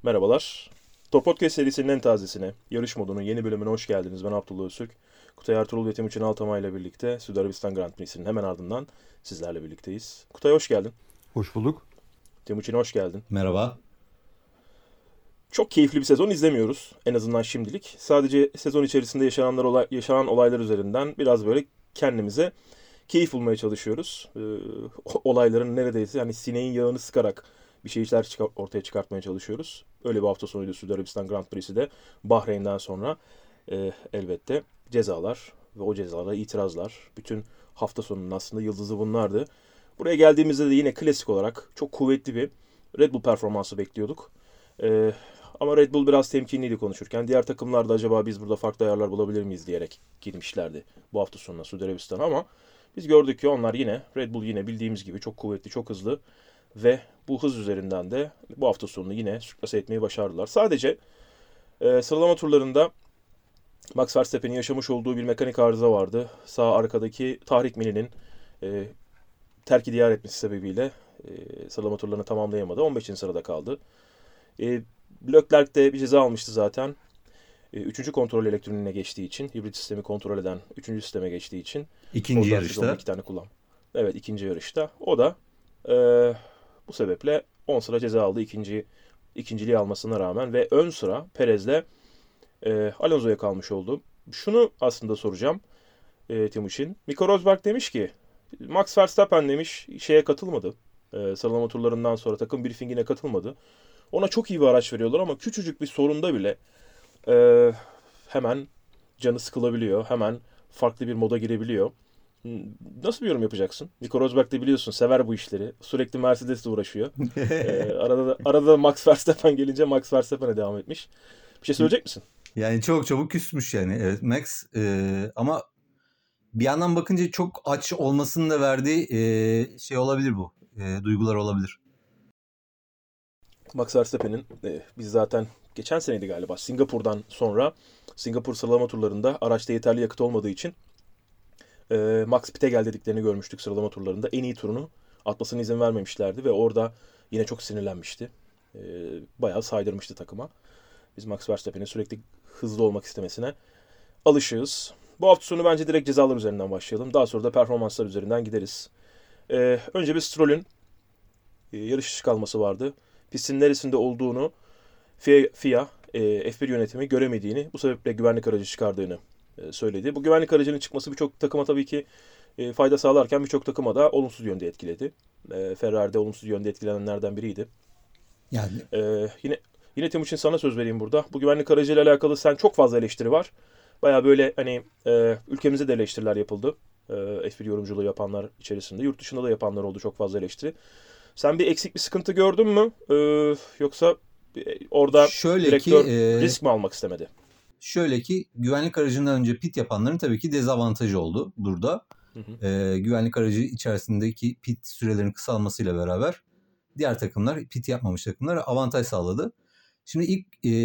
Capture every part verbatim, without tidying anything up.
Merhabalar. Top Podcast serisinin en tazesine, yarış modunun yeni bölümüne hoş geldiniz. Ben Abdullah Öztürk. Kutay Ertuğrul ve Timuçin Altamay ile birlikte Suudi Arabistan Grand Prix'sinin hemen ardından sizlerle birlikteyiz. Kutay hoş geldin. Hoş bulduk. Timuçin hoş geldin. Merhaba. Çok keyifli bir sezon izlemiyoruz. En azından şimdilik. Sadece sezon içerisinde yaşananlar olay, yaşanan olaylar üzerinden biraz böyle kendimize keyif bulmaya çalışıyoruz. Ee, olayların neredeyse hani sineğin yağını sıkarak bir şeyler çıkar, ortaya çıkartmaya çalışıyoruz. Öyle bir hafta sonuydu Suudi Arabistan Grand Prix'si de. Bahreyn'den sonra e, elbette cezalar ve o cezalara itirazlar. Bütün hafta sonunun aslında yıldızı bunlardı. Buraya geldiğimizde de yine klasik olarak çok kuvvetli bir Red Bull performansı bekliyorduk. E, ama Red Bull biraz temkinliydi konuşurken. Diğer takımlar da acaba biz burada farklı ayarlar bulabilir miyiz diyerek girmişlerdi bu hafta sonuna Suudi Arabistan'a ama biz gördük ki onlar yine, Red Bull yine bildiğimiz gibi çok kuvvetli, çok hızlı ve bu hız üzerinden de bu hafta sonunu yine sürklase etmeyi başardılar. Sadece e, sıralama turlarında Max Verstappen'in yaşamış olduğu bir mekanik arıza vardı. Sağ arkadaki tahrik milinin e, terki diyar etmesi sebebiyle e, sıralama turlarını tamamlayamadı. on beşinci sırada kaldı. E, Leclerc de bir ceza almıştı zaten. E, üçüncü kontrol elektroniğine geçtiği için, hibrit sistemi kontrol eden üçüncü sisteme geçtiği için. İkinci yarışta. iki tane kullan. Evet, ikinci yarışta. O da e, bu sebeple on sıra ceza aldı ikinci ikinciliği almasına rağmen ve ön sıra Perez'le e, Alonso'ya kalmış oldu. Şunu aslında soracağım e, Timuçin. Nico Rosberg demiş ki Max Verstappen demiş şeye katılmadı. E, sıralama turlarından sonra takım briefingine katılmadı. Ona çok iyi bir araç veriyorlar ama küçücük bir sorunda bile e, hemen canı sıkılabiliyor. Hemen farklı bir moda girebiliyor. Nasıl bir yorum yapacaksın? Nico Rosberg de biliyorsun sever bu işleri. Sürekli Mercedes'le uğraşıyor. ee, arada da, arada da Max Verstappen gelince Max Verstappen'e devam etmiş. Bir şey söyleyecek misin? Yani çok çabuk küsmüş yani. Evet Max e, ama bir yandan bakınca çok aç olmasının da verdiği e, şey olabilir bu. E, duygular olabilir. Max Verstappen'in e, biz zaten geçen seneydi galiba Singapur'dan sonra Singapur sıralama turlarında araçta yeterli yakıt olmadığı için e, Max pit'e gel dediklerini görmüştük sıralama turlarında. En iyi turunu atmasına izin vermemişlerdi ve orada yine çok sinirlenmişti. E, bayağı saydırmıştı takıma. Biz Max Verstappen'in sürekli hızlı olmak istemesine alışığız. Bu hafta sonu bence direkt cezalar üzerinden başlayalım. Daha sonra da performanslar üzerinden gideriz. Ee, önce bir Stroll'ün e, yarış dışı kalması vardı. Pistin neresinde olduğunu FIA, FIA e, F bir yönetimi göremediğini, bu sebeple güvenlik aracı çıkardığını e, söyledi. Bu güvenlik aracının çıkması birçok takıma tabii ki e, fayda sağlarken birçok takıma da olumsuz yönde etkiledi. E, Ferrari'de olumsuz yönde etkilenenlerden biriydi. Yani E, yine Yine Timuçin sana söz vereyim burada. Bu güvenlik aracıyla alakalı sen çok fazla eleştiri var. Baya böyle hani e, ülkemizde de eleştiriler yapıldı. E, F bir yorumculuğu yapanlar içerisinde. Yurt dışında da yapanlar oldu çok fazla eleştiri. Sen bir eksik bir sıkıntı gördün mü? E, yoksa e, orada şöyle direktör ki e, risk mi almak istemedi? şöyle ki güvenlik aracından önce pit yapanların tabii ki dezavantajı oldu burada. Hı hı. E, güvenlik aracı içerisindeki pit sürelerinin kısalmasıyla beraber diğer takımlar, pit yapmamış takımlar avantaj sağladı. Şimdi ilk e,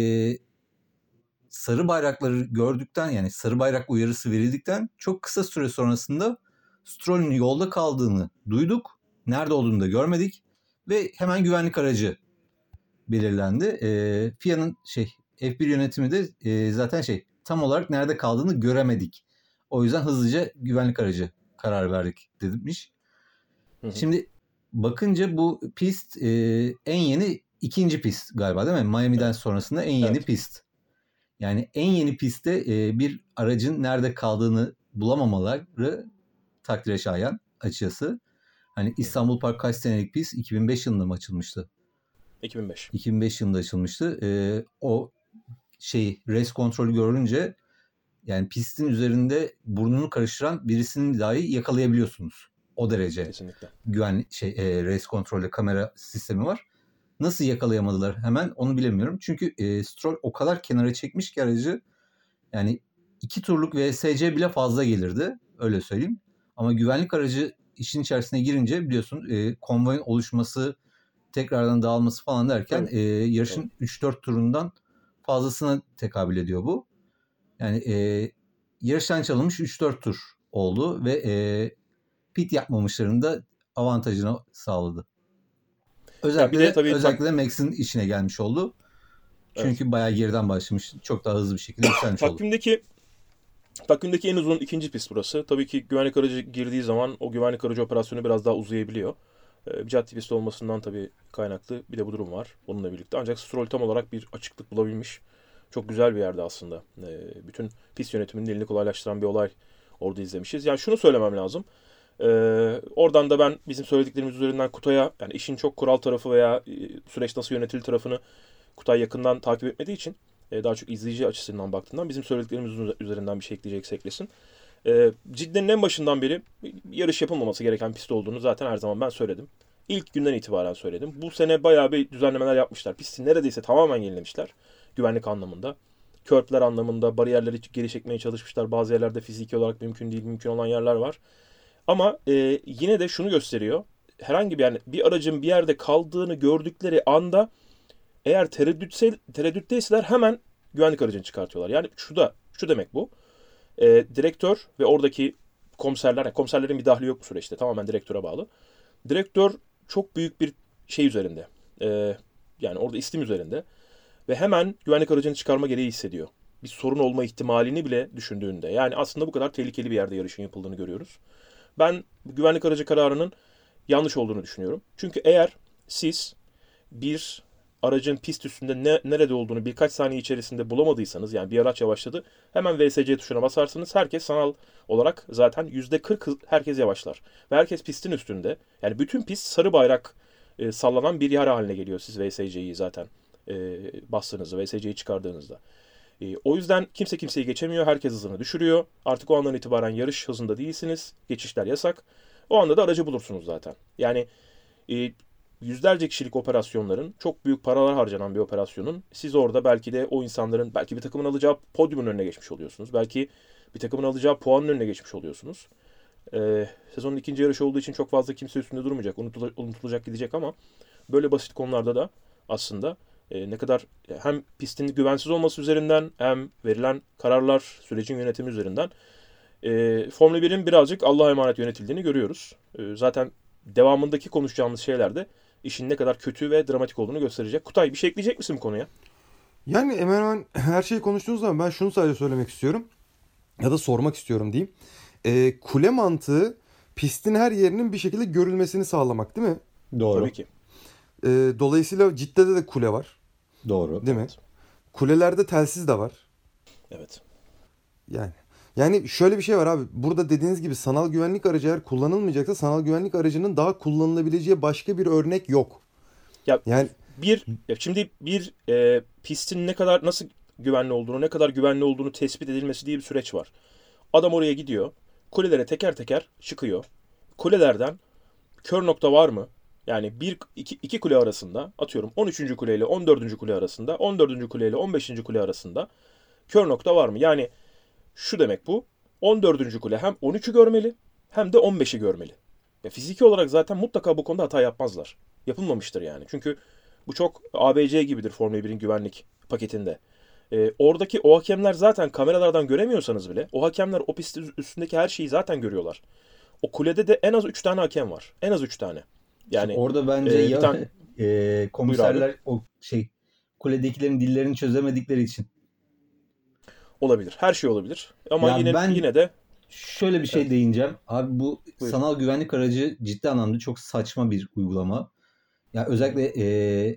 sarı bayrakları gördükten, yani sarı bayrak uyarısı verildikten çok kısa süre sonrasında Stroll'ün yolda kaldığını duyduk. Nerede olduğunu da görmedik ve hemen güvenlik aracı belirlendi. E, F I A'nın şey F bir yönetimi de e, zaten şey tam olarak nerede kaldığını göremedik. O yüzden hızlıca güvenlik aracı karar verdik demiş. Hı hı. Şimdi bakınca bu pist e, en yeni ikinci pist galiba değil mi? Miami'den Evet. sonrasında en yeni Evet. pist. Yani en yeni pistte e, bir aracın nerede kaldığını bulamamaları takdire şayan açıkçası. Hani İstanbul Park kaç senelik pist? iki bin beş yılında mı açılmıştı? iki bin beş. iki bin beş yılında açılmıştı. E, o şey race kontrolü görünce yani pistin üzerinde burnunu karıştıran birisini dahi yakalayabiliyorsunuz. O derece Kesinlikle. güven şey e, race kontrolde kamera sistemi var. Nasıl yakalayamadılar hemen onu bilemiyorum. Çünkü e, Stroll o kadar kenara çekmiş ki aracı, yani iki turluk V S C bile fazla gelirdi. Öyle söyleyeyim. Ama güvenlik aracı işin içerisine girince biliyorsun e, konvoyun oluşması, tekrardan dağılması falan derken e, yarışın Evet. üç dört turundan fazlasına tekabül ediyor bu. Yani e, yarıştan çalınmış üç dört tur oldu ve e, pit yapmamışların da avantajını sağladı. Ya bir Özellikle de de, tabii tak, özellikle de Max'in işine gelmiş oldu. Çünkü bayağı geriden başlamış. Çok daha hızlı bir şekilde yükselmiş oldu. Takvimdeki takvimdeki en uzun ikinci pist burası. Tabii ki güvenlik aracı girdiği zaman o güvenlik aracı operasyonu biraz daha uzayabiliyor. Ee, bir cadde pisti olmasından tabii kaynaklı bir de bu durum var onunla birlikte. Ancak Stroll tam olarak bir açıklık bulabilmiş. Çok güzel bir yerde aslında. Ee, bütün pist yönetiminin elini kolaylaştıran bir olay orada izlemişiz. Yani şunu söylemem lazım. Ee, oradan da ben bizim söylediklerimiz üzerinden Kutay'a, yani işin çok kural tarafı veya e, süreç nasıl yönetildiği tarafını Kutay yakından takip etmediği için e, daha çok izleyici açısından baktığından bizim söylediklerimizin üzerinden bir şey ekleyecekse eklesin. E, cidden en başından beri yarış yapılmaması gereken pist olduğunu zaten her zaman ben söyledim. İlk günden itibaren söyledim. Bu sene bayağı bir düzenlemeler yapmışlar. Pisti neredeyse tamamen yenilemişler. Güvenlik anlamında. Körpler anlamında bariyerleri geri çekmeye çalışmışlar. Bazı yerlerde fiziki olarak mümkün değil, mümkün olan yerler var. Ama e, yine de şunu gösteriyor. Herhangi bir, yani bir aracın bir yerde kaldığını gördükleri anda eğer tereddütse, tereddütteyseler hemen güvenlik aracını çıkartıyorlar. Yani şu da şu demek bu. E, direktör ve oradaki komiserler, yani komiserlerin bir dahli yok bu süreçte. Tamamen direktöre bağlı. Direktör çok büyük bir şey üzerinde. E, yani orada istim üzerinde. Ve hemen güvenlik aracını çıkarma gereği hissediyor. Bir sorun olma ihtimalini bile düşündüğünde. Yani aslında bu kadar tehlikeli bir yerde yarışın yapıldığını görüyoruz. Ben güvenlik aracı kararının yanlış olduğunu düşünüyorum. Çünkü eğer siz bir aracın pist üstünde ne, nerede olduğunu birkaç saniye içerisinde bulamadıysanız, yani bir araç yavaşladı, hemen V S C tuşuna basarsınız. Herkes sanal olarak zaten yüzde kırk herkes yavaşlar. Ve herkes pistin üstünde. Yani bütün pist sarı bayrak e, sallanan bir yer haline geliyor siz V S C'yi zaten e, bastığınızda, V S C'yi çıkardığınızda. E, o yüzden kimse kimseyi geçemiyor. Herkes hızını düşürüyor. Artık o andan itibaren yarış hızında değilsiniz. Geçişler yasak. O anda da aracı bulursunuz zaten. Yani e, yüzlerce kişilik operasyonların, çok büyük paralar harcanan bir operasyonun, siz orada belki de o insanların, belki bir takımın alacağı podyumun önüne geçmiş oluyorsunuz. Belki bir takımın alacağı puanın önüne geçmiş oluyorsunuz. E, sezonun ikinci yarışı olduğu için çok fazla kimse üstünde durmayacak. Unutulacak, unutulacak gidecek ama böyle basit konularda da aslında e, ne kadar hem pistin güvensiz olması üzerinden hem verilen kararlar, sürecin yönetimi üzerinden e, Formula birin birazcık Allah'a emanet yönetildiğini görüyoruz. E, zaten devamındaki konuşacağımız şeyler de işin ne kadar kötü ve dramatik olduğunu gösterecek. Kutay, bir şey ekleyecek misin bu konuya? Yani hemen hemen her şeyi konuştuğunuz zaman ben şunu sadece söylemek istiyorum. Ya da sormak istiyorum diyeyim. Ee, kule mantığı pistin her yerinin bir şekilde görülmesini sağlamak, değil mi? Doğru. Tabii ki. Ee, dolayısıyla Cidde'de de kule var. Doğru. Değil mi? Kulelerde telsiz de var. Evet. Yani yani şöyle bir şey var abi. Burada dediğiniz gibi sanal güvenlik aracı eğer kullanılmayacaksa sanal güvenlik aracının daha kullanılabileceği başka bir örnek yok. Ya Yani bir ya şimdi bir e, pistin ne kadar nasıl güvenli olduğunu, ne kadar güvenli olduğunu tespit edilmesi diye bir süreç var. Adam oraya gidiyor. Kulelere teker teker çıkıyor. Kulelerden kör nokta var mı? Yani bir iki, iki kule arasında, atıyorum on üçüncü kule ile on dördüncü kule arasında, on dördüncü kule ile on beşinci kule arasında kör nokta var mı? Yani şu demek bu. on dördüncü kule hem on üçü görmeli hem de on beşi görmeli. Ya fiziki olarak zaten mutlaka bu konuda hata yapmazlar. Yapılmamıştır yani. Çünkü bu çok A B C gibidir Formula birin güvenlik paketinde. Ee, oradaki o hakemler zaten kameralardan göremiyorsanız bile o hakemler o pistin üstündeki her şeyi zaten görüyorlar. O kulede de en az üç tane hakem var. En az üç tane. Yani orada bence e, bir ya tane e, komiserler o şey kuledekilerin dillerini çözemedikleri için. olabilir. Her şey olabilir. Ama Ya yine ben yine de şöyle bir şey evet, değineceğim. Abi bu buyur. sanal güvenlik aracı ciddi anlamda çok saçma bir uygulama. Ya özellikle e,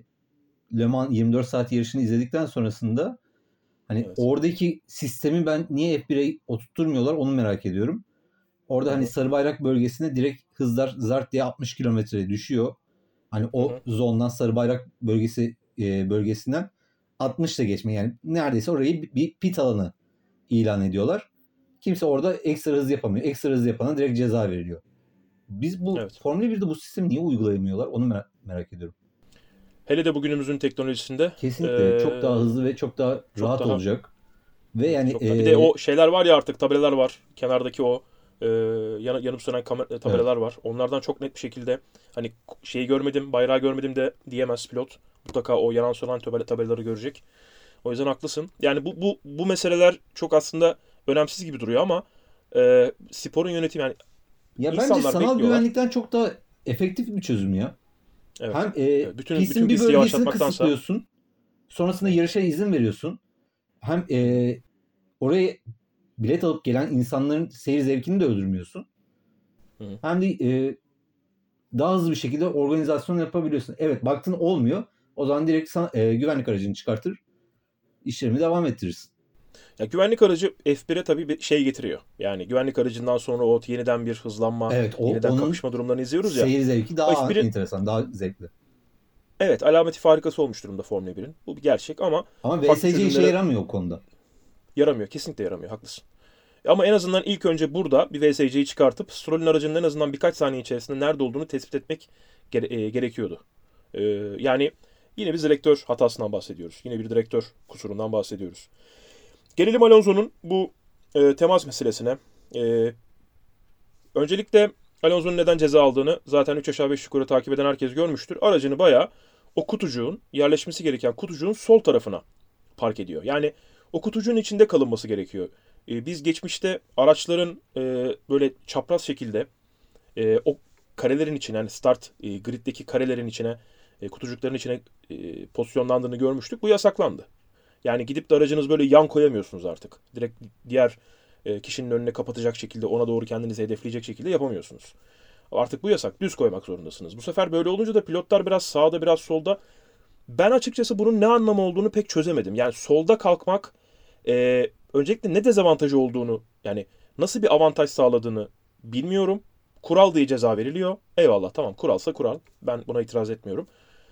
Le Mans yirmi dört saat yarışını izledikten sonrasında hani Evet. oradaki sistemi ben niye F bire oturtturmuyorlar onu merak ediyorum. Orada Hı hani hı. sarı bayrak bölgesine direkt hızlar zart diye altmış kilometreye düşüyor. Hani Hı o hı. zondan sarı bayrak bölgesi e, bölgesinden altmış ile geçme yani neredeyse orayı bir, bir pit alanı ilan ediyorlar. Kimse orada ekstra hız yapamıyor. Ekstra hız yapana direkt ceza veriliyor. Biz bu Evet. Formula birde bu sistemi niye uygulayamıyorlar onu merak, merak ediyorum. Hele de bugünümüzün teknolojisinde Kesinlikle çok daha eee, hızlı ve çok daha çok rahat daha olacak. Ve evet, yani çok daha. Bir de e, o şeyler var ya, artık tabelalar var. Kenardaki o eee yan, yanıp sönen kamer- evet. tabelalar var. Onlardan çok net bir şekilde hani şeyi görmedim, bayrağı görmedim de diyemez pilot. Mutlaka o yanan sönen tabela, tabelaları görecek. O yüzden haklısın. Yani bu bu bu meseleler çok aslında önemsiz gibi duruyor ama eee, sporun yönetimi, yani Ya bence insanlar sanal bekliyorlar. güvenlikten çok daha efektif bir çözüm ya. Evet. Hem e, Evet. Bütün pistin bütün bir pisti bölgesini yavaşlatmaktansa kısıtlıyorsun. Sonrasında yarışa izin veriyorsun. Hem e, oraya bilet alıp gelen insanların seyir zevkini de öldürmüyorsun. Hı. Hem de e, daha hızlı bir şekilde organizasyon yapabiliyorsun. Evet, baktın olmuyor. O zaman direkt sana, e, güvenlik aracını çıkartır. İşlerimi devam ettirirsin. Ya güvenlik aracı F bir'e tabii bir şey getiriyor. Yani güvenlik aracından sonra o yeniden bir hızlanma, Evet, o, yeniden onun kapışma durumlarını izliyoruz ya. seyir zevki O daha F bir'in enteresan, daha zevkli. evet alameti farikası olmuş durumda Formula bir'in. Bu bir gerçek ama Ama farklı V S C işe çözümlere yaramıyor o konuda. yaramıyor. Kesinlikle yaramıyor. Haklısın. Ama en azından ilk önce burada bir V S C'yi çıkartıp Stroll'ün aracının en azından birkaç saniye içerisinde nerede olduğunu tespit etmek gere- e, gerekiyordu. Ee, yani yine bir direktör hatasından bahsediyoruz. Yine bir direktör kusurundan bahsediyoruz. Gelelim Alonso'nun bu e, temas meselesine. E, öncelikle Alonso'nun neden ceza aldığını zaten üç aşağı beş yukarı takip eden herkes görmüştür. Aracını bayağı o kutucuğun, yerleşmesi gereken kutucuğun sol tarafına park ediyor. Yani o kutucuğun içinde kalınması gerekiyor. E, biz geçmişte araçların e, böyle çapraz şekilde e, o karelerin içine, yani start e, griddeki karelerin içine, e, kutucukların içine e, pozisyonlandığını görmüştük. Bu yasaklandı. Yani gidip de aracınız böyle yan koyamıyorsunuz artık. Direkt diğer e, kişinin önüne kapatacak şekilde, ona doğru kendinizi hedefleyecek şekilde yapamıyorsunuz. Artık bu yasak. Düz koymak zorundasınız. Bu sefer böyle olunca da pilotlar biraz sağda biraz solda. Ben açıkçası bunun ne anlamı olduğunu pek çözemedim. Yani solda kalkmak e, öncelikle ne dezavantajı olduğunu, yani nasıl bir avantaj sağladığını bilmiyorum. Kural diye ceza veriliyor. Eyvallah, tamam, kuralsa kural. Ben buna itiraz etmiyorum.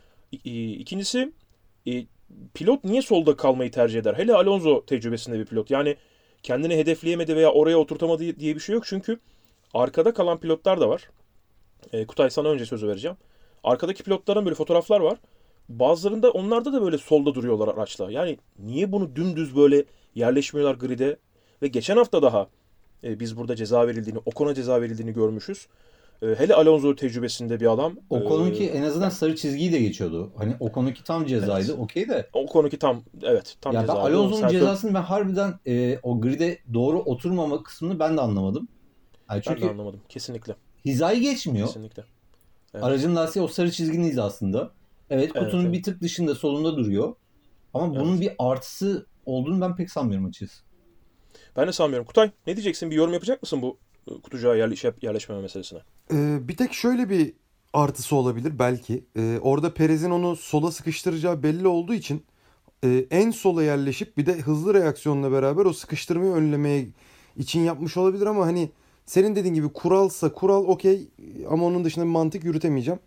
İ- İkincisi e, pilot niye solda kalmayı tercih eder? Hele Alonso tecrübesinde bir pilot. Yani kendini hedefleyemedi veya oraya oturtamadı diye bir şey yok. Çünkü arkada kalan pilotlar da var. E, Kutay, sana önce sözü vereceğim. Arkadaki pilotların böyle fotoğraflar var. Bazılarında, onlarda da böyle solda duruyorlar araçla. Yani niye bunu dümdüz böyle yerleşmiyorlar grid'e? Ve geçen hafta daha e, biz burada ceza verildiğini, Ocon'a ceza verildiğini görmüşüz. E, hele Alonso tecrübesinde bir adam. E, O konunki en azından sarı çizgiyi de geçiyordu. Hani o konunki tam cezaydı. evet. Okey de. O konudaki tam, evet, tam Ya ben cezaydı. O Alonso'nun Sergio- cezasını ben harbiden e, o grid'e doğru oturmama kısmını ben de anlamadım. Yani Ben de çünkü anlamadım. Kesinlikle. hizayı geçmiyor. Kesinlikle. Evet. Aracın lastiği o sarı çizginin hizasında. Evet, Evet, kutunun evet. bir tık dışında, solunda duruyor. Ama bunun Evet. bir artısı olduğunu ben pek sanmıyorum açıkçası. Ben de sanmıyorum. Kutay, ne diyeceksin? Bir yorum yapacak mısın bu e, kutucuğa yerleş yerleşmeme meselesine? Ee, bir tek şöyle bir artısı olabilir belki. Ee, orada Perez'in onu sola sıkıştıracağı belli olduğu için e, en sola yerleşip bir de hızlı reaksiyonla beraber o sıkıştırmayı önlemeye için yapmış olabilir ama hani senin dediğin gibi kuralsa kural okey ama onun dışında bir mantık yürütemeyeceğim.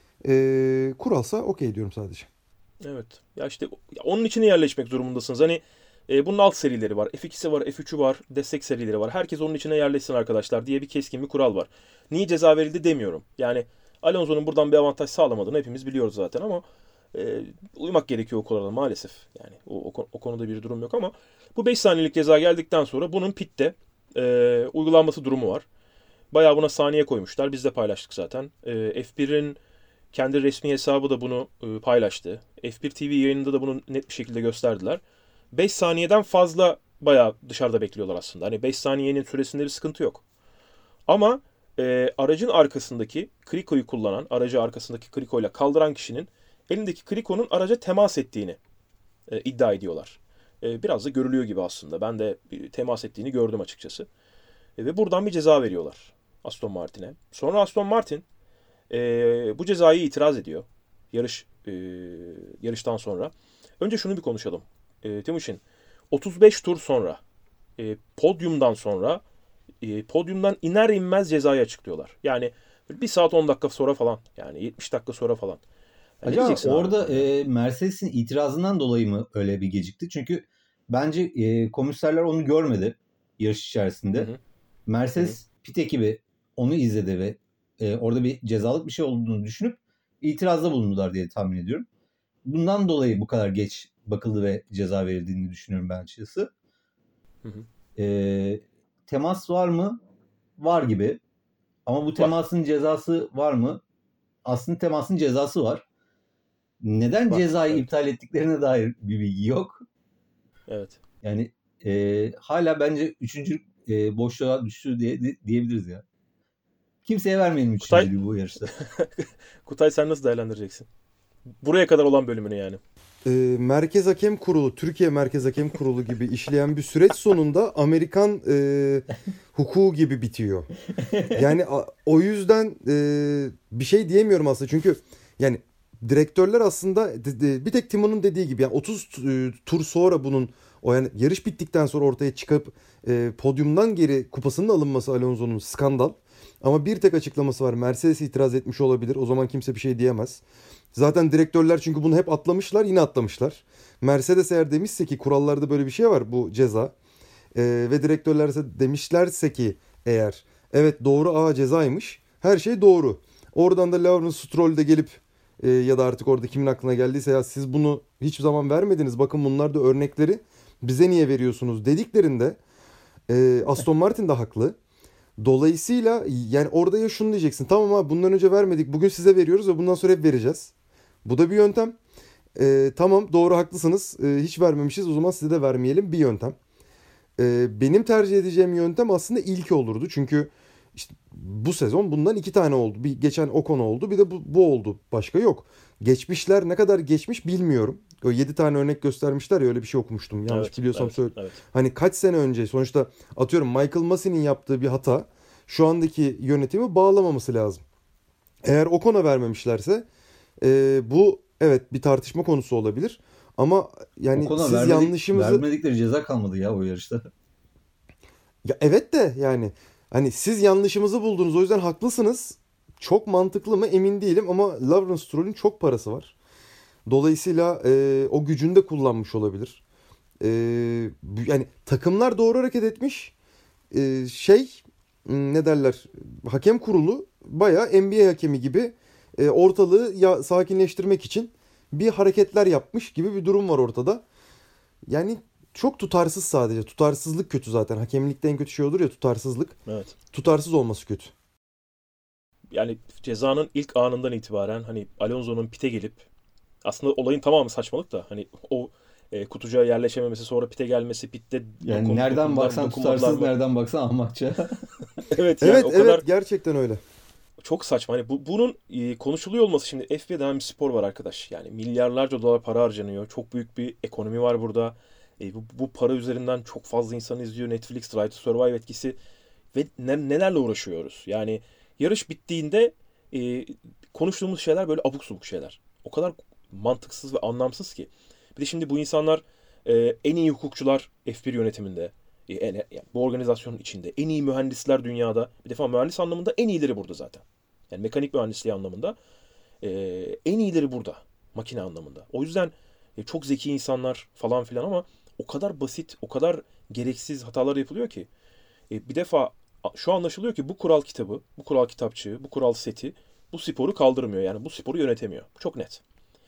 Ee, kuralsa okey diyorum sadece. Evet. Ya işte ya onun içine yerleşmek durumundasınız. Hani e, bunun alt serileri var. F ikisi var, F üçü var, destek serileri var. Herkes onun içine yerleşsin arkadaşlar diye bir keskin bir kural var. Niye ceza verildi demiyorum. Yani Alonso'nun buradan bir avantaj sağlamadığını hepimiz biliyoruz zaten ama e, uymak gerekiyor o kurala maalesef. Yani o, o, o konuda bir durum yok ama bu beş saniyelik ceza geldikten sonra bunun pitte e, uygulanması durumu var. Bayağı buna saniye koymuşlar. Biz de paylaştık zaten. E, F bir'in kendi resmi hesabı da bunu e, paylaştı. F bir T V yayınında da bunu net bir şekilde gösterdiler. beş saniyeden fazla bayağı dışarıda bekliyorlar aslında. Hani beş saniyenin süresinde bir sıkıntı yok. Ama e, aracın arkasındaki krikoyu kullanan, aracı arkasındaki krikoyla kaldıran kişinin elindeki krikonun araca temas ettiğini e, iddia ediyorlar. E, biraz da görülüyor gibi aslında. Ben de e, temas ettiğini gördüm açıkçası. E, ve buradan bir ceza veriyorlar Aston Martin'e. Sonra Aston Martin e, bu cezayı itiraz ediyor. Yarış e, yarıştan sonra. Önce şunu bir konuşalım. E, Timuçin, otuz beş tur sonra, e, podyumdan sonra, e, podyumdan iner inmez cezayı açıklıyorlar. Yani bir saat on dakika sonra falan. Yani yetmiş dakika sonra falan. Ya ne Acaba diyeceksin abi? orada e, Mercedes'in itirazından dolayı mı öyle bir gecikti? Çünkü bence e, komiserler onu görmedi yarış içerisinde. Hı hı. Mercedes pit ekibi onu izledi ve e, orada bir cezalık bir şey olduğunu düşünüp itirazda bulundular diye tahmin ediyorum. Bundan dolayı bu kadar geç bakıldı ve ceza verildiğini düşünüyorum ben açıkçası. Hı hı. E, temas var mı? Var gibi. Ama bu temasın cezası var mı? Aslında temasın cezası var. Neden Var, cezayı evet. iptal ettiklerine dair bir bilgi yok. Evet. Yani e, hala bence üçüncü e, boşluğa düştü diye di- diyebiliriz ya. Kimseye vermeyelim Kutay, üçüncülüğü bu yarışta. Kutay, sen nasıl değerlendireceksin? Buraya kadar olan bölümünü yani. e, Merkez Hakem Kurulu, Türkiye Merkez Hakem Kurulu gibi işleyen bir süreç sonunda Amerikan e, hukuku gibi bitiyor. Yani a- o yüzden e, bir şey diyemiyorum aslında. Çünkü yani direktörler aslında de- de- bir tek Timon'un dediği gibi yani otuz e, tur sonra bunun o yani yarış bittikten sonra ortaya çıkıp e, podyumdan geri kupasının alınması Alonso'nun skandal. Ama bir tek açıklaması var. Mercedes itiraz etmiş olabilir. O zaman kimse bir şey diyemez. Zaten direktörler çünkü bunu hep atlamışlar, yine atlamışlar. Mercedes eğer demişse ki kurallarda böyle bir şey var, bu ceza. Ee, ve direktörlerse demişlerse ki eğer evet doğru, aa cezaymış. Her şey doğru. Oradan da Lawrence Stroll de gelip e, ya da artık orada kimin aklına geldiyse ya siz bunu hiç zaman vermediniz. Bakın bunlar da örnekleri. Bize niye veriyorsunuz dediklerinde e, Aston Martin de haklı. Dolayısıyla yani orada ya şunu diyeceksin. Tamam abi bundan önce vermedik. Bugün size veriyoruz ve bundan sonra hep vereceğiz. Bu da bir yöntem. Ee, tamam doğru haklısınız. Ee, hiç vermemişiz. O zaman size de vermeyelim, bir yöntem. Ee, benim tercih edeceğim yöntem aslında ilki olurdu. Çünkü işte bu sezon bundan iki tane oldu. Bir geçen Ocon oldu. Bir de bu, bu oldu. Başka yok. Geçmişler ne kadar geçmiş bilmiyorum. O yedi tane örnek göstermişler ya, öyle bir şey okumuştum. Yanlış Evet, biliyorsam evet, söyle. evet. Hani kaç sene önce sonuçta atıyorum Michael Massey'nin yaptığı bir hata şu andaki yönetimi bağlamaması lazım. Eğer Ocon'a vermemişlerse e, bu evet bir tartışma konusu olabilir. Ama yani Ocon'a siz vermedik, yanlışımızı vermedikleri ceza kalmadı ya o yarışta. ya evet de yani hani siz yanlışımızı buldunuz o yüzden haklısınız. Çok mantıklı mı emin değilim ama Lawrence Stroll'ün çok parası var. Dolayısıyla e, o gücünü de kullanmış olabilir. E, yani takımlar doğru hareket etmiş. E, şey ne derler, hakem kurulu bayağı N B A hakemi gibi e, ortalığı ya, sakinleştirmek için bir hareketler yapmış gibi bir durum var ortada. Yani çok tutarsız sadece. Tutarsızlık kötü zaten. Hakemlikte en kötü şey olur ya, tutarsızlık. Evet. Tutarsız olması kötü. Yani cezanın ilk anından itibaren hani Alonso'nun pite gelip aslında olayın tamamı saçmalık da hani o e, kutucuğa yerleşememesi, sonra pite gelmesi, pitte Yani dokun, nereden dokundular mı, baksan dokunmadılar tutarsız, mı? nereden baksan ahmakça. Evet yani Evet o evet kadar gerçekten öyle. çok saçma. Hani bu, bunun e, konuşuluyor olması, şimdi F bir denen bir spor var arkadaş. Yani milyarlarca dolar para harcanıyor. Çok büyük bir ekonomi var burada. E, bu, bu para üzerinden çok fazla insan izliyor. Netflix, Drive to Survive etkisi ve ne- nelerle uğraşıyoruz. Yani yarış bittiğinde e, konuştuğumuz şeyler böyle abuk subuk şeyler. O kadar mantıksız ve anlamsız ki. Bir de şimdi bu insanlar e, en iyi hukukçular F bir yönetiminde. E, en- yani bu organizasyonun içinde. En iyi mühendisler dünyada. Bir defa mühendis anlamında en iyileri burada zaten. Yani mekanik mühendisliği anlamında e, en iyileri burada. Makine anlamında. O yüzden e, çok zeki insanlar falan filan ama o kadar basit, o kadar gereksiz hatalar yapılıyor ki. E, bir defa a- şu anlaşılıyor ki bu kural kitabı, bu kural kitapçığı, bu kural seti bu sporu kaldırmıyor. Yani bu sporu yönetemiyor. Çok net.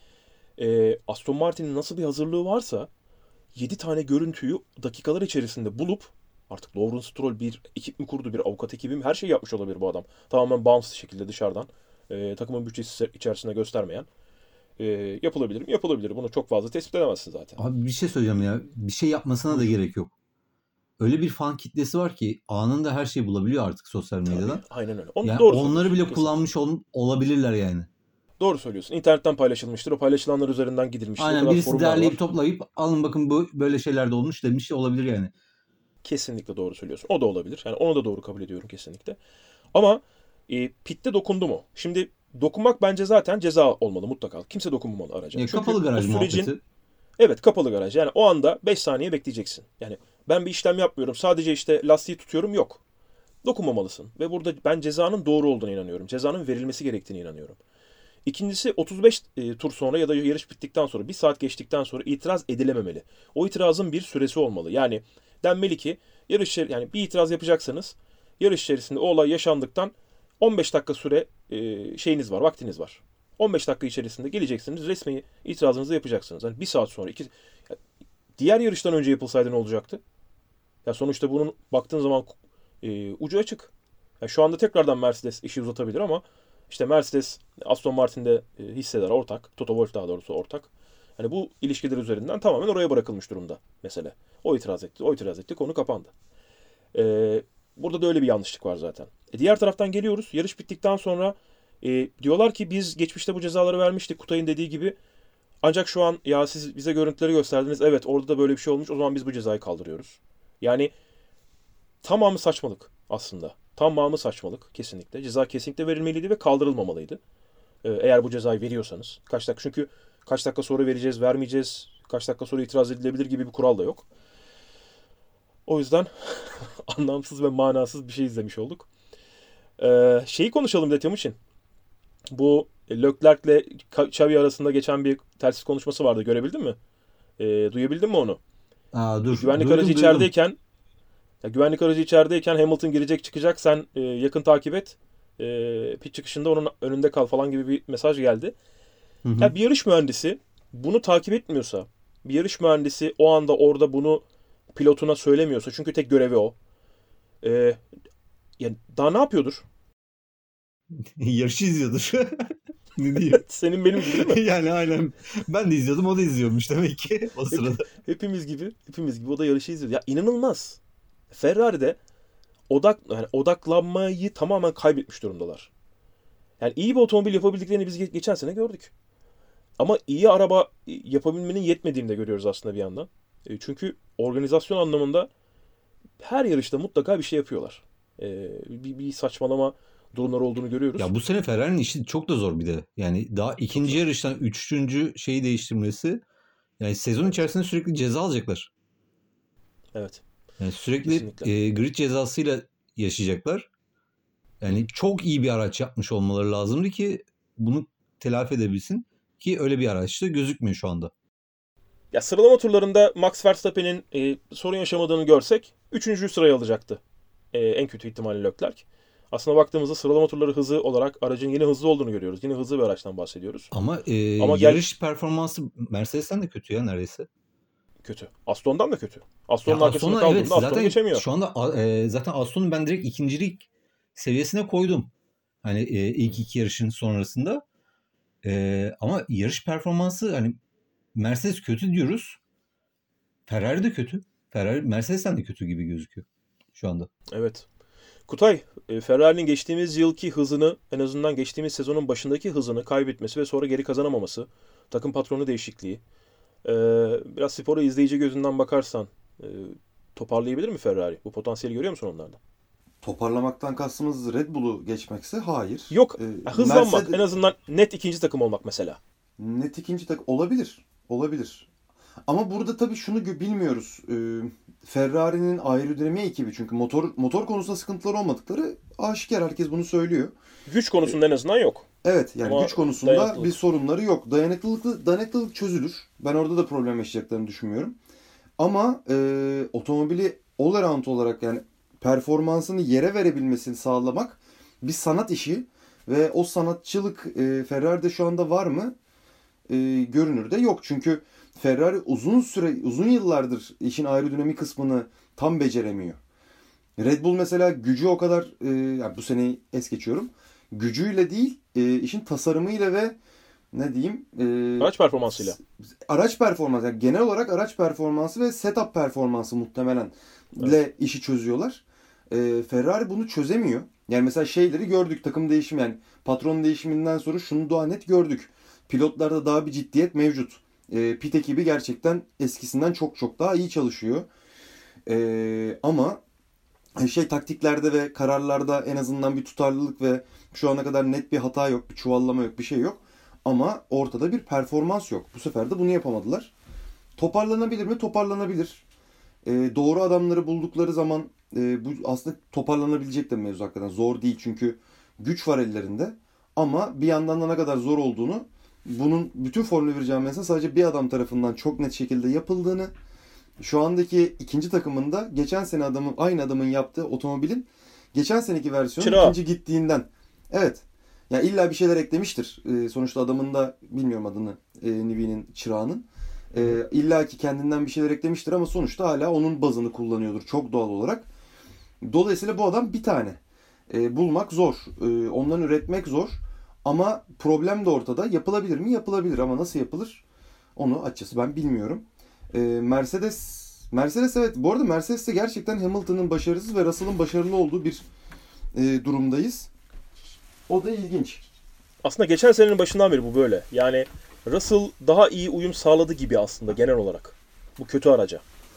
E, Aston Martin'in nasıl bir hazırlığı varsa yedi tane görüntüyü dakikalar içerisinde bulup, artık Lawrence Stroll bir ekip mi kurdu, bir avukat ekibi mi, her şeyi yapmış olabilir bu adam. Tamamen bağımsız şekilde dışarıdan e, takımın bütçesi içerisinde göstermeyen e, yapılabilir mi? Yapılabilir. Bunu çok fazla tespit edemezsin zaten. Abi bir şey söyleyeceğim ya. Bir şey yapmasına da Buyur. gerek yok. Öyle bir fan kitlesi var ki anında her şeyi bulabiliyor artık sosyal Tabii. medyadan. Aynen öyle. Onu Yani doğru onları söylüyorsun. bile Kesinlikle. kullanmış ol- olabilirler yani. Doğru söylüyorsun. İnternetten paylaşılmıştır. O paylaşılanlar üzerinden gidilmiştir. O Aynen, kadar birisi forumlar derleyip var. toplayıp alın bakın bu böyle şeyler de olmuş demiş olabilir yani. Kesinlikle doğru söylüyorsun. O da olabilir. Yani onu da doğru kabul ediyorum kesinlikle. Ama e, pitte dokundu mu? Şimdi dokunmak bence zaten ceza olmalı mutlaka. Kimse dokunmamalı araca. Ya Çünkü kapalı o garaj sürecin, muhabbeti. evet, kapalı garaj. Yani o anda beş saniye bekleyeceksin. Yani ben bir işlem yapmıyorum. Sadece işte lastiği tutuyorum. Yok. Dokunmamalısın. Ve burada ben cezanın doğru olduğuna inanıyorum. Cezanın verilmesi gerektiğine inanıyorum. İkincisi, otuz beş e, tur sonra ya da yarış bittikten sonra, bir saat geçtikten sonra itiraz edilememeli. O itirazın bir süresi olmalı. Yani denmeli ki yarış içeri- yani bir itiraz yapacaksanız yarış içerisinde o olay yaşandıktan on beş dakika süre e, şeyiniz var, vaktiniz var. on beş dakika içerisinde geleceksiniz, resmi itirazınızı yapacaksınız. Yani bir saat sonra, iki, ya diğer yarıştan önce yapılsaydı ne olacaktı? Ya sonuçta bunun baktığın zaman e, ucu açık. Ya şu anda tekrardan Mercedes işi uzatabilir ama işte Mercedes, Aston Martin'de e, hisseler ortak. Toto Wolff daha doğrusu ortak. Hani bu ilişkiler üzerinden tamamen oraya bırakılmış durumda mesele. O itiraz etti, o itiraz etti, konu kapandı. Ee, burada da öyle bir yanlışlık var zaten. E, diğer taraftan geliyoruz. Yarış bittikten sonra e, diyorlar ki biz geçmişte bu cezaları vermiştik. Kutay'ın dediği gibi. Ancak şu an ya siz bize görüntüleri gösterdiniz. Evet orada da böyle bir şey olmuş. O zaman biz bu cezayı kaldırıyoruz. Yani tamamı saçmalık aslında. Tamamı saçmalık kesinlikle. Ceza kesinlikle verilmeliydi ve kaldırılmamalıydı. Ee, eğer bu cezayı veriyorsanız. Kaç dakika çünkü kaç dakika sonra vereceğiz, vermeyeceğiz. Kaç dakika sonra itiraz edilebilir gibi bir kural da yok. O yüzden anlamsız ve manasız bir şey izlemiş olduk. Ee, şeyi konuşalım Detem için. Bu Leclerc'le Xavi arasında geçen bir telsiz konuşması vardı. Görebildin mi? Ee, duyabildin mi onu? Aa, dur. Güvenlik duydum, aracı duydum. içerideyken ya güvenlik aracı içerideyken Hamilton girecek çıkacak sen e, yakın takip et. E, pit çıkışında onun önünde kal falan gibi bir mesaj geldi. Hı hı. Ya bir yarış mühendisi bunu takip etmiyorsa, bir yarış mühendisi o anda orada bunu pilotuna söylemiyorsa çünkü tek görevi o. E, ya daha ne yapıyordur? Yarışı izliyordur. Ne diyeyim? Senin benim gibi değil mi? Yani aynen. Ben de izliyordum, o da izliyormuş demek ki o sırada. Hepimiz gibi, hepimiz gibi o da yarışı izliyor. Ya inanılmaz. Ferrari'de odak yani odaklanmayı tamamen kaybetmiş durumdalar. Yani iyi bir otomobil yapabildiklerini biz ge- geçen sene gördük. Ama iyi araba yapabilmenin yetmediğini de görüyoruz aslında bir yandan. E, çünkü organizasyon anlamında her yarışta mutlaka bir şey yapıyorlar. E, bir, bir saçmalama durumları olduğunu görüyoruz. Ya bu sene Ferrari'nin işi çok da zor bir de. Yani daha ikinci yarıştan üçüncü şeyi değiştirmesi. Yani sezon içerisinde sürekli ceza alacaklar. Evet. Yani sürekli Kesinlikle. e, grid cezasıyla yaşayacaklar. Yani çok iyi bir araç yapmış olmaları lazımdı ki bunu telafi edebilsin. Ki öyle bir araç da gözükmüyor şu anda. Ya sıralama turlarında Max Verstappen'in e, sorun yaşamadığını görsek üçüncü sırayı alacaktı. E, en kötü ihtimalle Leclerc. Aslında baktığımızda sıralama turları hızı olarak aracın yine hızlı olduğunu görüyoruz. Yine hızlı bir araçtan bahsediyoruz. Ama, e, Ama gel- yarış performansı Mercedes'ten de kötü ya neredeyse. Kötü. Aston'dan da kötü. Ya Aston'un arkasında Aston'a kaldığında evet Aston zaten geçemiyor. şu anda e, zaten Aston'u ben direkt ikincilik seviyesine koydum. Hani e, ilk iki yarışın sonrasında. E, ama yarış performansı hani Mercedes kötü diyoruz. Ferrari de kötü. Ferrari Mercedes'ten de kötü gibi gözüküyor şu anda. Evet. Kutay, e, Ferrari'nin geçtiğimiz yılki hızını, en azından geçtiğimiz sezonun başındaki hızını kaybetmesi ve sonra geri kazanamaması, takım patronu değişikliği, e, biraz sporu izleyici gözünden bakarsan e, toparlayabilir mi Ferrari? Bu potansiyeli görüyor musun onlarda? Toparlamaktan kastımız Red Bull'u geçmekse hayır. Yok, Ee, hızlanmak, Mercedes- en azından net ikinci takım olmak mesela. Net ikinci tak olabilir. Olabilir. Ama burada tabii şunu gö- bilmiyoruz. Ee, Ferrari'nin aerodinamiği ekibi çünkü motor motor konusunda sıkıntıları olmadıkları aşikar. Herkes bunu söylüyor. Güç konusunda en azından yok. Evet yani Ama güç konusunda dayanıklılık. bir sorunları yok. Dayanıklılık dayanıklılık çözülür. Ben orada da problem yaşayacaklarını düşünmüyorum. Ama e, otomobili all around olarak yani performansını yere verebilmesini sağlamak bir sanat işi ve o sanatçılık e, Ferrari'de şu anda var mı? E, görünürde yok. Çünkü Ferrari uzun süre uzun yıllardır işin aerodinamik kısmını tam beceremiyor. Red Bull mesela gücü o kadar e, yani bu seneyi es geçiyorum. Gücüyle değil, e, işin tasarımıyla ve ne diyeyim? E, Araç performansıyla. araç performansı, yani genel olarak araç performansı ve setup performansı muhtemelen ile işi çözüyorlar. E, Ferrari bunu çözemiyor. Yani mesela şeyleri gördük, takım değişimi yani patron değişiminden sonra şunu daha net gördük. Pilotlarda daha bir ciddiyet mevcut. E, pit ekibi gerçekten eskisinden çok çok daha iyi çalışıyor. E, ama şey taktiklerde ve kararlarda en azından bir tutarlılık ve şu ana kadar net bir hata yok, bir çuvallama yok, bir şey yok. Ama ortada bir performans yok. Bu sefer de bunu yapamadılar. Toparlanabilir mi? Toparlanabilir. Ee, doğru adamları buldukları zaman e, bu aslında toparlanabilecek de bir mevzu hakikaten. Zor değil çünkü güç var ellerinde. Ama bir yandan da ne kadar zor olduğunu, bunun bütün formülü vereceğim mesela sadece bir adam tarafından çok net şekilde yapıldığını, şu andaki ikinci takımında geçen sene adamın aynı adamın yaptığı otomobilin geçen seneki versiyonu Çırağı. ikinci gittiğinden. Evet. Ya illa bir şeyler eklemiştir. Ee, sonuçta adamın da bilmiyorum adını e, Nivi'nin çırağının. Ee, illa ki kendinden bir şeyler eklemiştir ama sonuçta hala onun bazını kullanıyordur çok doğal olarak. Dolayısıyla bu adam bir tane. Ee, bulmak zor. Ee, ondan üretmek zor. Ama problem de ortada. Yapılabilir mi? Yapılabilir ama nasıl yapılır? Onu açıkçası ben bilmiyorum. Ee, Mercedes Mercedes evet. Bu arada Mercedes'te gerçekten Hamilton'ın başarısız ve Russell'ın başarılı olduğu bir e, durumdayız. O da ilginç. Aslında geçen senenin başından beri bu böyle. Yani Russell daha iyi uyum sağladı gibi aslında genel olarak bu kötü araca.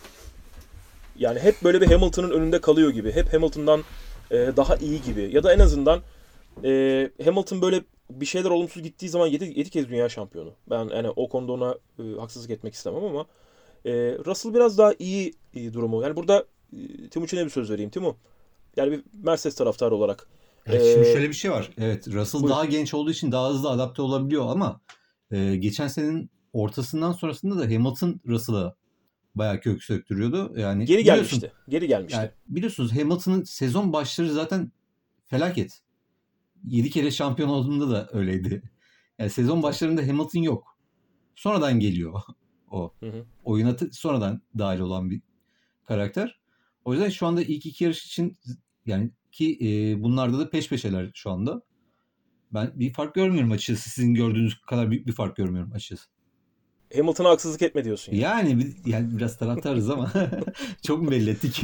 Yani hep böyle bir Hamilton'ın önünde kalıyor gibi. Hep Hamilton'dan e, daha iyi gibi. Ya da en azından e, Hamilton böyle bir şeyler olumsuz gittiği zaman yedi kez dünya şampiyonu. Ben yani o konuda ona e, haksızlık etmek istemem ama e, Russell biraz daha iyi e, durumu. Yani burada e, Timuçin'e bir söz vereyim. Timu, yani bir Mercedes taraftarı olarak. Evet, e, şimdi şöyle bir şey var. Evet, Russell buyur. daha genç olduğu için daha hızlı adapte olabiliyor ama e, geçen senenin ortasından sonrasında da Hamilton Russell'a bayağı kök söktürüyordu. Yani Geri biliyorsun, gelmişti. Geri gelmişti. yani biliyorsunuz Hamilton'ın sezon başları zaten felaket. yedi kere şampiyon olduğunda da öyleydi. Yani sezon başlarında Hamilton yok. Sonradan geliyor o. Hı hı. Oyuna t- sonradan dahil olan bir karakter. O yüzden şu anda ilk iki yarış için yani ki e, bunlarda da peş peşeler şu anda. Ben bir fark görmüyorum açıkçası. Sizin gördüğünüz kadar büyük bir fark görmüyorum açıkçası. Hamilton'a haksızlık etme diyorsun yani. Yani, bir- yani biraz taraftarız ama çok mu belli ettik?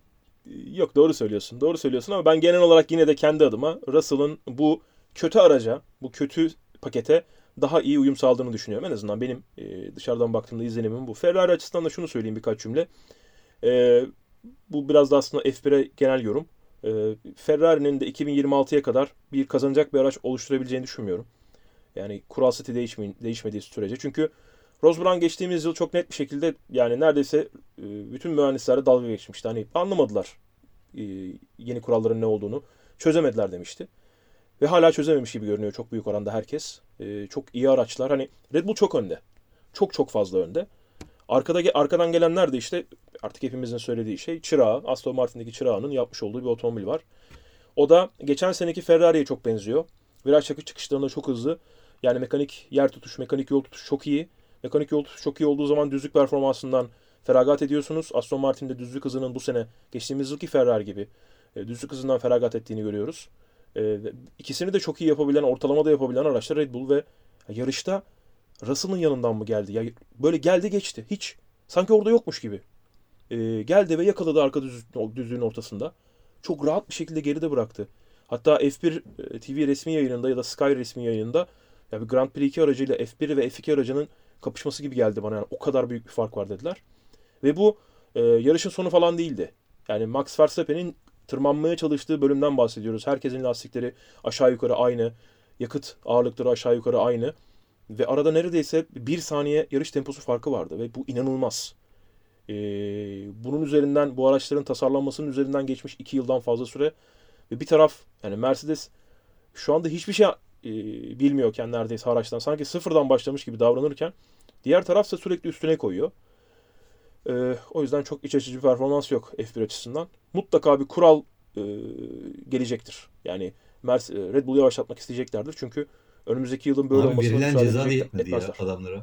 Yok, doğru söylüyorsun. Doğru söylüyorsun ama ben genel olarak yine de kendi adıma Russell'ın bu kötü araca, bu kötü pakete daha iyi uyum sağladığını düşünüyorum. En azından benim e, dışarıdan baktığımda izlenimim bu. Ferrari açısından da şunu söyleyeyim birkaç cümle. E, bu biraz da aslında F bir'e genel yorum. E, Ferrari'nin de iki bin yirmi altıya kadar bir kazanacak bir araç oluşturabileceğini düşünmüyorum. Yani kural seti değişme, değişmediği sürece. Çünkü Ross Brown geçtiğimiz yıl çok net bir şekilde yani neredeyse e, bütün mühendislerle dalga geçmişti. Hani anlamadılar e, yeni kuralların ne olduğunu. Çözemediler demişti. Ve hala çözememiş gibi görünüyor çok büyük oranda herkes. E, çok iyi araçlar. Hani Red Bull çok önde. Çok çok fazla önde. Arkada, arkadan gelenler de işte artık hepimizin söylediği şey çırağı. Aston Martin'deki çırağının yapmış olduğu bir otomobil var. O da geçen seneki Ferrari'ye çok benziyor. Viraj çakış çıkışlarında çok hızlı. Yani mekanik yer tutuş, mekanik yol tutuş çok iyi. Mekanik yol tutuş çok iyi olduğu zaman düzlük performansından feragat ediyorsunuz. Aston Martin'de düzlük hızının bu sene geçtiğimiz yılki Ferrari gibi e, düzlük hızından feragat ettiğini görüyoruz. E, ikisini de çok iyi yapabilen, ortalamada yapabilen araçlar Red Bull ve yarışta Russell'ın yanından mı geldi? Ya böyle geldi geçti. Hiç. Sanki orada yokmuş gibi. E, geldi ve yakaladı arka düz, düzlüğün ortasında. Çok rahat bir şekilde geride bıraktı. Hatta F bir T V resmi yayınında ya da Sky resmi yayınında ya bir Grand Prix iki aracıyla F bir ve F iki aracının kapışması gibi geldi bana. Yani o kadar büyük bir fark var dediler. Ve bu e, yarışın sonu falan değildi. Yani Max Verstappen'in tırmanmaya çalıştığı bölümden bahsediyoruz. Herkesin lastikleri aşağı yukarı aynı. Yakıt ağırlıkları aşağı yukarı aynı. Ve arada neredeyse bir saniye yarış temposu farkı vardı. Ve bu inanılmaz. E, bunun üzerinden, bu araçların tasarlanmasının üzerinden geçmiş iki yıldan fazla süre. Ve bir taraf yani Mercedes şu anda hiçbir şey e, bilmiyorken neredeyse araçtan sanki sıfırdan başlamış gibi davranırken diğer taraf ise sürekli üstüne koyuyor. E, o yüzden çok iç açıcı bir performans yok F bir açısından. Mutlaka bir kural e, gelecektir. Yani Mercedes, Red Bull'u yavaşlatmak isteyeceklerdir. Çünkü önümüzdeki yılın böyle Abi olmasına verilen müsaade ceza da edecek, yetmedi ya etmezler. adamlara.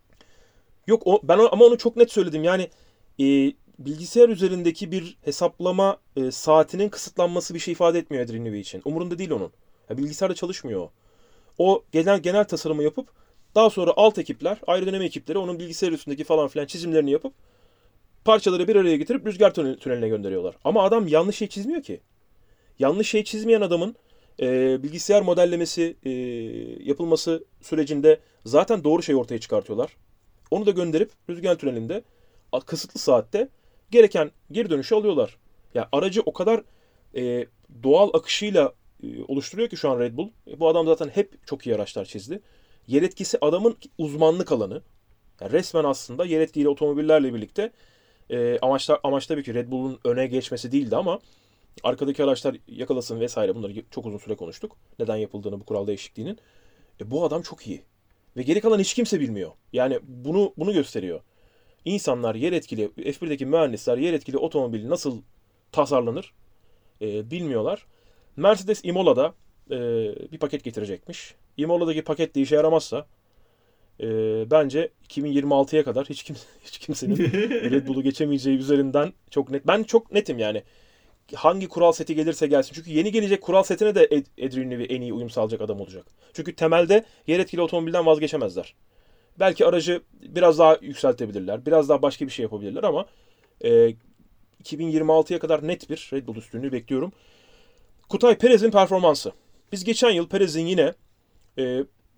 Yok o, ben o- ama onu çok net söyledim. Yani e, bilgisayar üzerindeki bir hesaplama e, saatinin kısıtlanması bir şey ifade etmiyor Adrian Newey için. Umurunda değil onun. Ya, bilgisayarda çalışmıyor o. O genel genel tasarımı yapıp daha sonra alt ekipler, aerodinamik ekipleri onun bilgisayar üstündeki falan filan çizimlerini yapıp parçaları bir araya getirip rüzgar tünel- tüneline gönderiyorlar. Ama adam yanlış şey çizmiyor ki. Yanlış şey çizmeyen adamın e, bilgisayar modellemesi e, yapılması sürecinde zaten doğru şeyi ortaya çıkartıyorlar. Onu da gönderip rüzgar tünelinde a- kısıtlı saatte gereken geri dönüşü alıyorlar. Yani aracı o kadar e, doğal akışıyla e, oluşturuyor ki şu an Red Bull. E, bu adam zaten hep çok iyi araçlar çizdi. Yer etkisi adamın uzmanlık alanı. Yani resmen aslında yer etkiyle otomobillerle birlikte e, amaçlar, amaç tabii ki Red Bull'un öne geçmesi değildi ama arkadaki araçlar yakalasın vesaire, bunları çok uzun süre konuştuk. Neden yapıldığını, bu kural değişikliğinin. E, bu adam çok iyi. Ve geri kalan hiç kimse bilmiyor. Yani bunu bunu gösteriyor. İnsanlar yer etkili, F birdeki mühendisler yer etkili otomobil nasıl tasarlanır e, bilmiyorlar. Mercedes Imola'da e, bir paket getirecekmiş. Imola'daki paket de işe yaramazsa e, bence iki bin yirmi altıya kadar hiç kimse hiç kimsenin Red Bull'u geçemeyeceği üzerinden çok net. Ben çok netim yani. Hangi kural seti gelirse gelsin. Çünkü yeni gelecek kural setine de Ad- Adrian Newey en iyi uyum sağlayacak adam olacak. Çünkü temelde yer etkili otomobilden vazgeçemezler. Belki aracı biraz daha yükseltebilirler. Biraz daha başka bir şey yapabilirler ama e, iki bin yirmi altıya kadar net bir Red Bull üstünlüğü bekliyorum. Kutay, Perez'in performansı. Biz geçen yıl Perez'in yine e,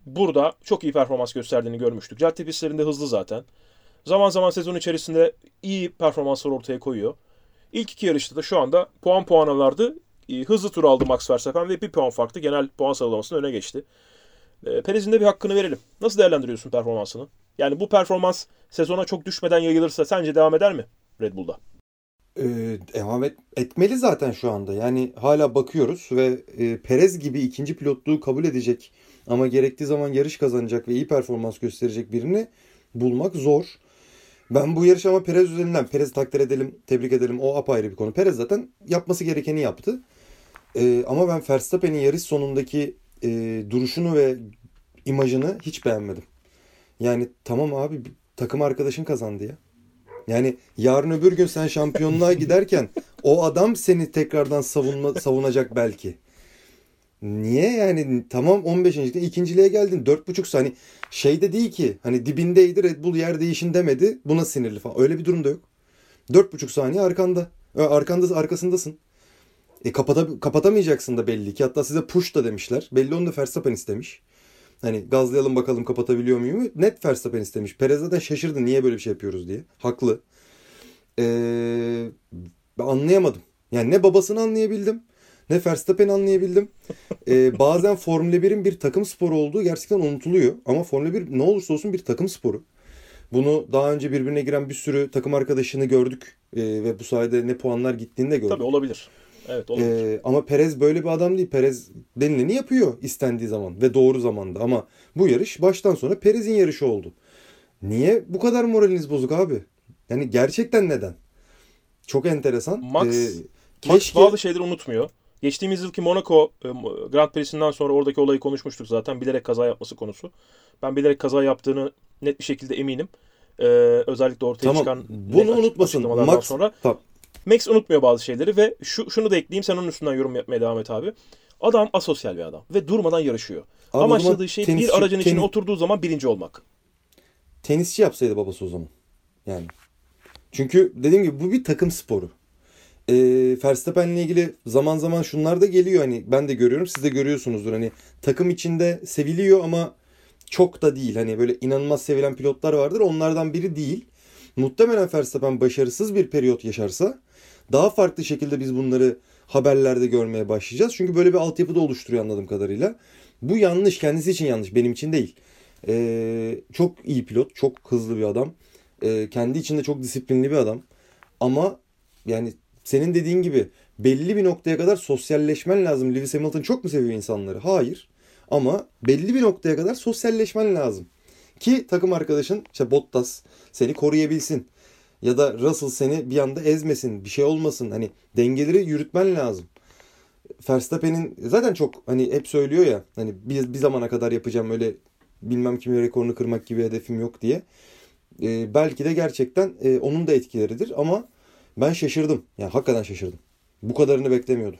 burada çok iyi performans gösterdiğini görmüştük. Cadde pistlerinde hızlı zaten. Zaman zaman sezon içerisinde iyi performanslar ortaya koyuyor. İlk iki yarışta da şu anda puan puana vardı. E, hızlı tur aldı Max Verstappen ve bir puan farklı genel puan sıralamasında öne geçti. E, Perez'in de bir hakkını verelim. Nasıl değerlendiriyorsun performansını? Yani bu performans sezona çok düşmeden yayılırsa sence devam eder mi Red Bull'da? Ee, devam et, etmeli zaten şu anda. Yani hala bakıyoruz ve e, Perez gibi ikinci pilotluğu kabul edecek ama gerektiği zaman yarış kazanacak ve iyi performans gösterecek birini bulmak zor. Ben bu yarış ama Perez üzerinden Perez'i takdir edelim, tebrik edelim. O apayrı bir konu. Perez zaten yapması gerekeni yaptı. Ee, ama ben Verstappen'in yarış sonundaki e, duruşunu ve imajını hiç beğenmedim. Yani tamam abi, takım arkadaşın kazandı ya. Yani yarın öbür gün sen şampiyonluğa giderken o adam seni tekrardan savunma, savunacak belki. Niye yani, tamam on beşinci ikinciliğe geldin, dört buçuk saniye şey de değil ki, hani dibindeydi Red Bull yer değişin demedi buna sinirli falan, öyle bir durum da yok. Dört buçuk saniye arkanda, arkanda arkasındasın. E kapata, kapatamayacaksın da belli ki, hatta size push da demişler, belli onu da Verstappen istemiş. Hani gazlayalım bakalım kapatabiliyor muyum? Net Verstappen istemiş. Perez zaten şaşırdı niye böyle bir şey yapıyoruz diye. Haklı. Ee, anlayamadım. Yani ne babasını anlayabildim, ne Verstappen'i anlayabildim. Ee, bazen Formula birin bir takım sporu olduğu gerçekten unutuluyor. Ama Formula bir ne olursa olsun bir takım sporu. Bunu daha önce birbirine giren bir sürü takım arkadaşını gördük. Ee, ve bu sayede ne puanlar gittiğini de gördük. Tabii olabilir. Evet olabilir. Ee, ama Perez böyle bir adam değil. Perez denileni yapıyor istendiği zaman ve doğru zamanda. Ama bu yarış baştan sona Perez'in yarışı oldu. Niye bu kadar moraliniz bozuk abi? Yani gerçekten neden? Çok enteresan. Max, Ee, Max keşke... bazı şeyleri unutmuyor. Geçtiğimiz yılki Monaco e, Grand Prix'sinden sonra oradaki olayı konuşmuştuk zaten. Bilerek kaza yapması konusu. Ben bilerek kaza yaptığını net bir şekilde eminim. Ee, özellikle ortaya tamam, çıkan bunu unutmasın. Max, sonra. tamam. Max unutmuyor bazı şeyleri ve şu şunu da ekleyeyim, sen onun üstünden yorum yapmaya devam et abi. Adam asosyal bir adam ve durmadan yarışıyor. Abi Amaçladığı şey tenisçi, bir aracın içine tenis, oturduğu zaman birinci olmak. Tenisçi yapsaydı babası o zaman. Yani. Çünkü dediğim gibi bu bir takım sporu. Ee, Verstappen'le ilgili zaman zaman şunlar da geliyor, hani ben de görüyorum, siz de görüyorsunuzdur, hani takım içinde seviliyor ama çok da değil, hani böyle inanılmaz sevilen pilotlar vardır, onlardan biri değil. Muhtemelen Verstappen başarısız bir periyot yaşarsa daha farklı şekilde biz bunları haberlerde görmeye başlayacağız. Çünkü böyle bir altyapı da oluşturuyor anladığım kadarıyla. Bu yanlış, kendisi için yanlış, benim için değil. Ee, çok iyi pilot, çok hızlı bir adam. Ee, kendi içinde çok disiplinli bir adam. Ama yani senin dediğin gibi belli bir noktaya kadar sosyalleşmen lazım. Lewis Hamilton çok mu seviyor insanları? Hayır. Ama belli bir noktaya kadar sosyalleşmen lazım. Ki takım arkadaşın işte Bottas seni koruyabilsin. Ya da Russell seni bir anda ezmesin. Bir şey olmasın. Hani dengeleri yürütmen lazım. Verstappen'in zaten çok, hani hep söylüyor ya, hani bir, bir zamana kadar yapacağım, öyle bilmem kimin rekorunu kırmak gibi hedefim yok diye. Ee, belki de gerçekten e, onun da etkileridir ama ben şaşırdım. Yani hakikaten şaşırdım. Bu kadarını beklemiyordum.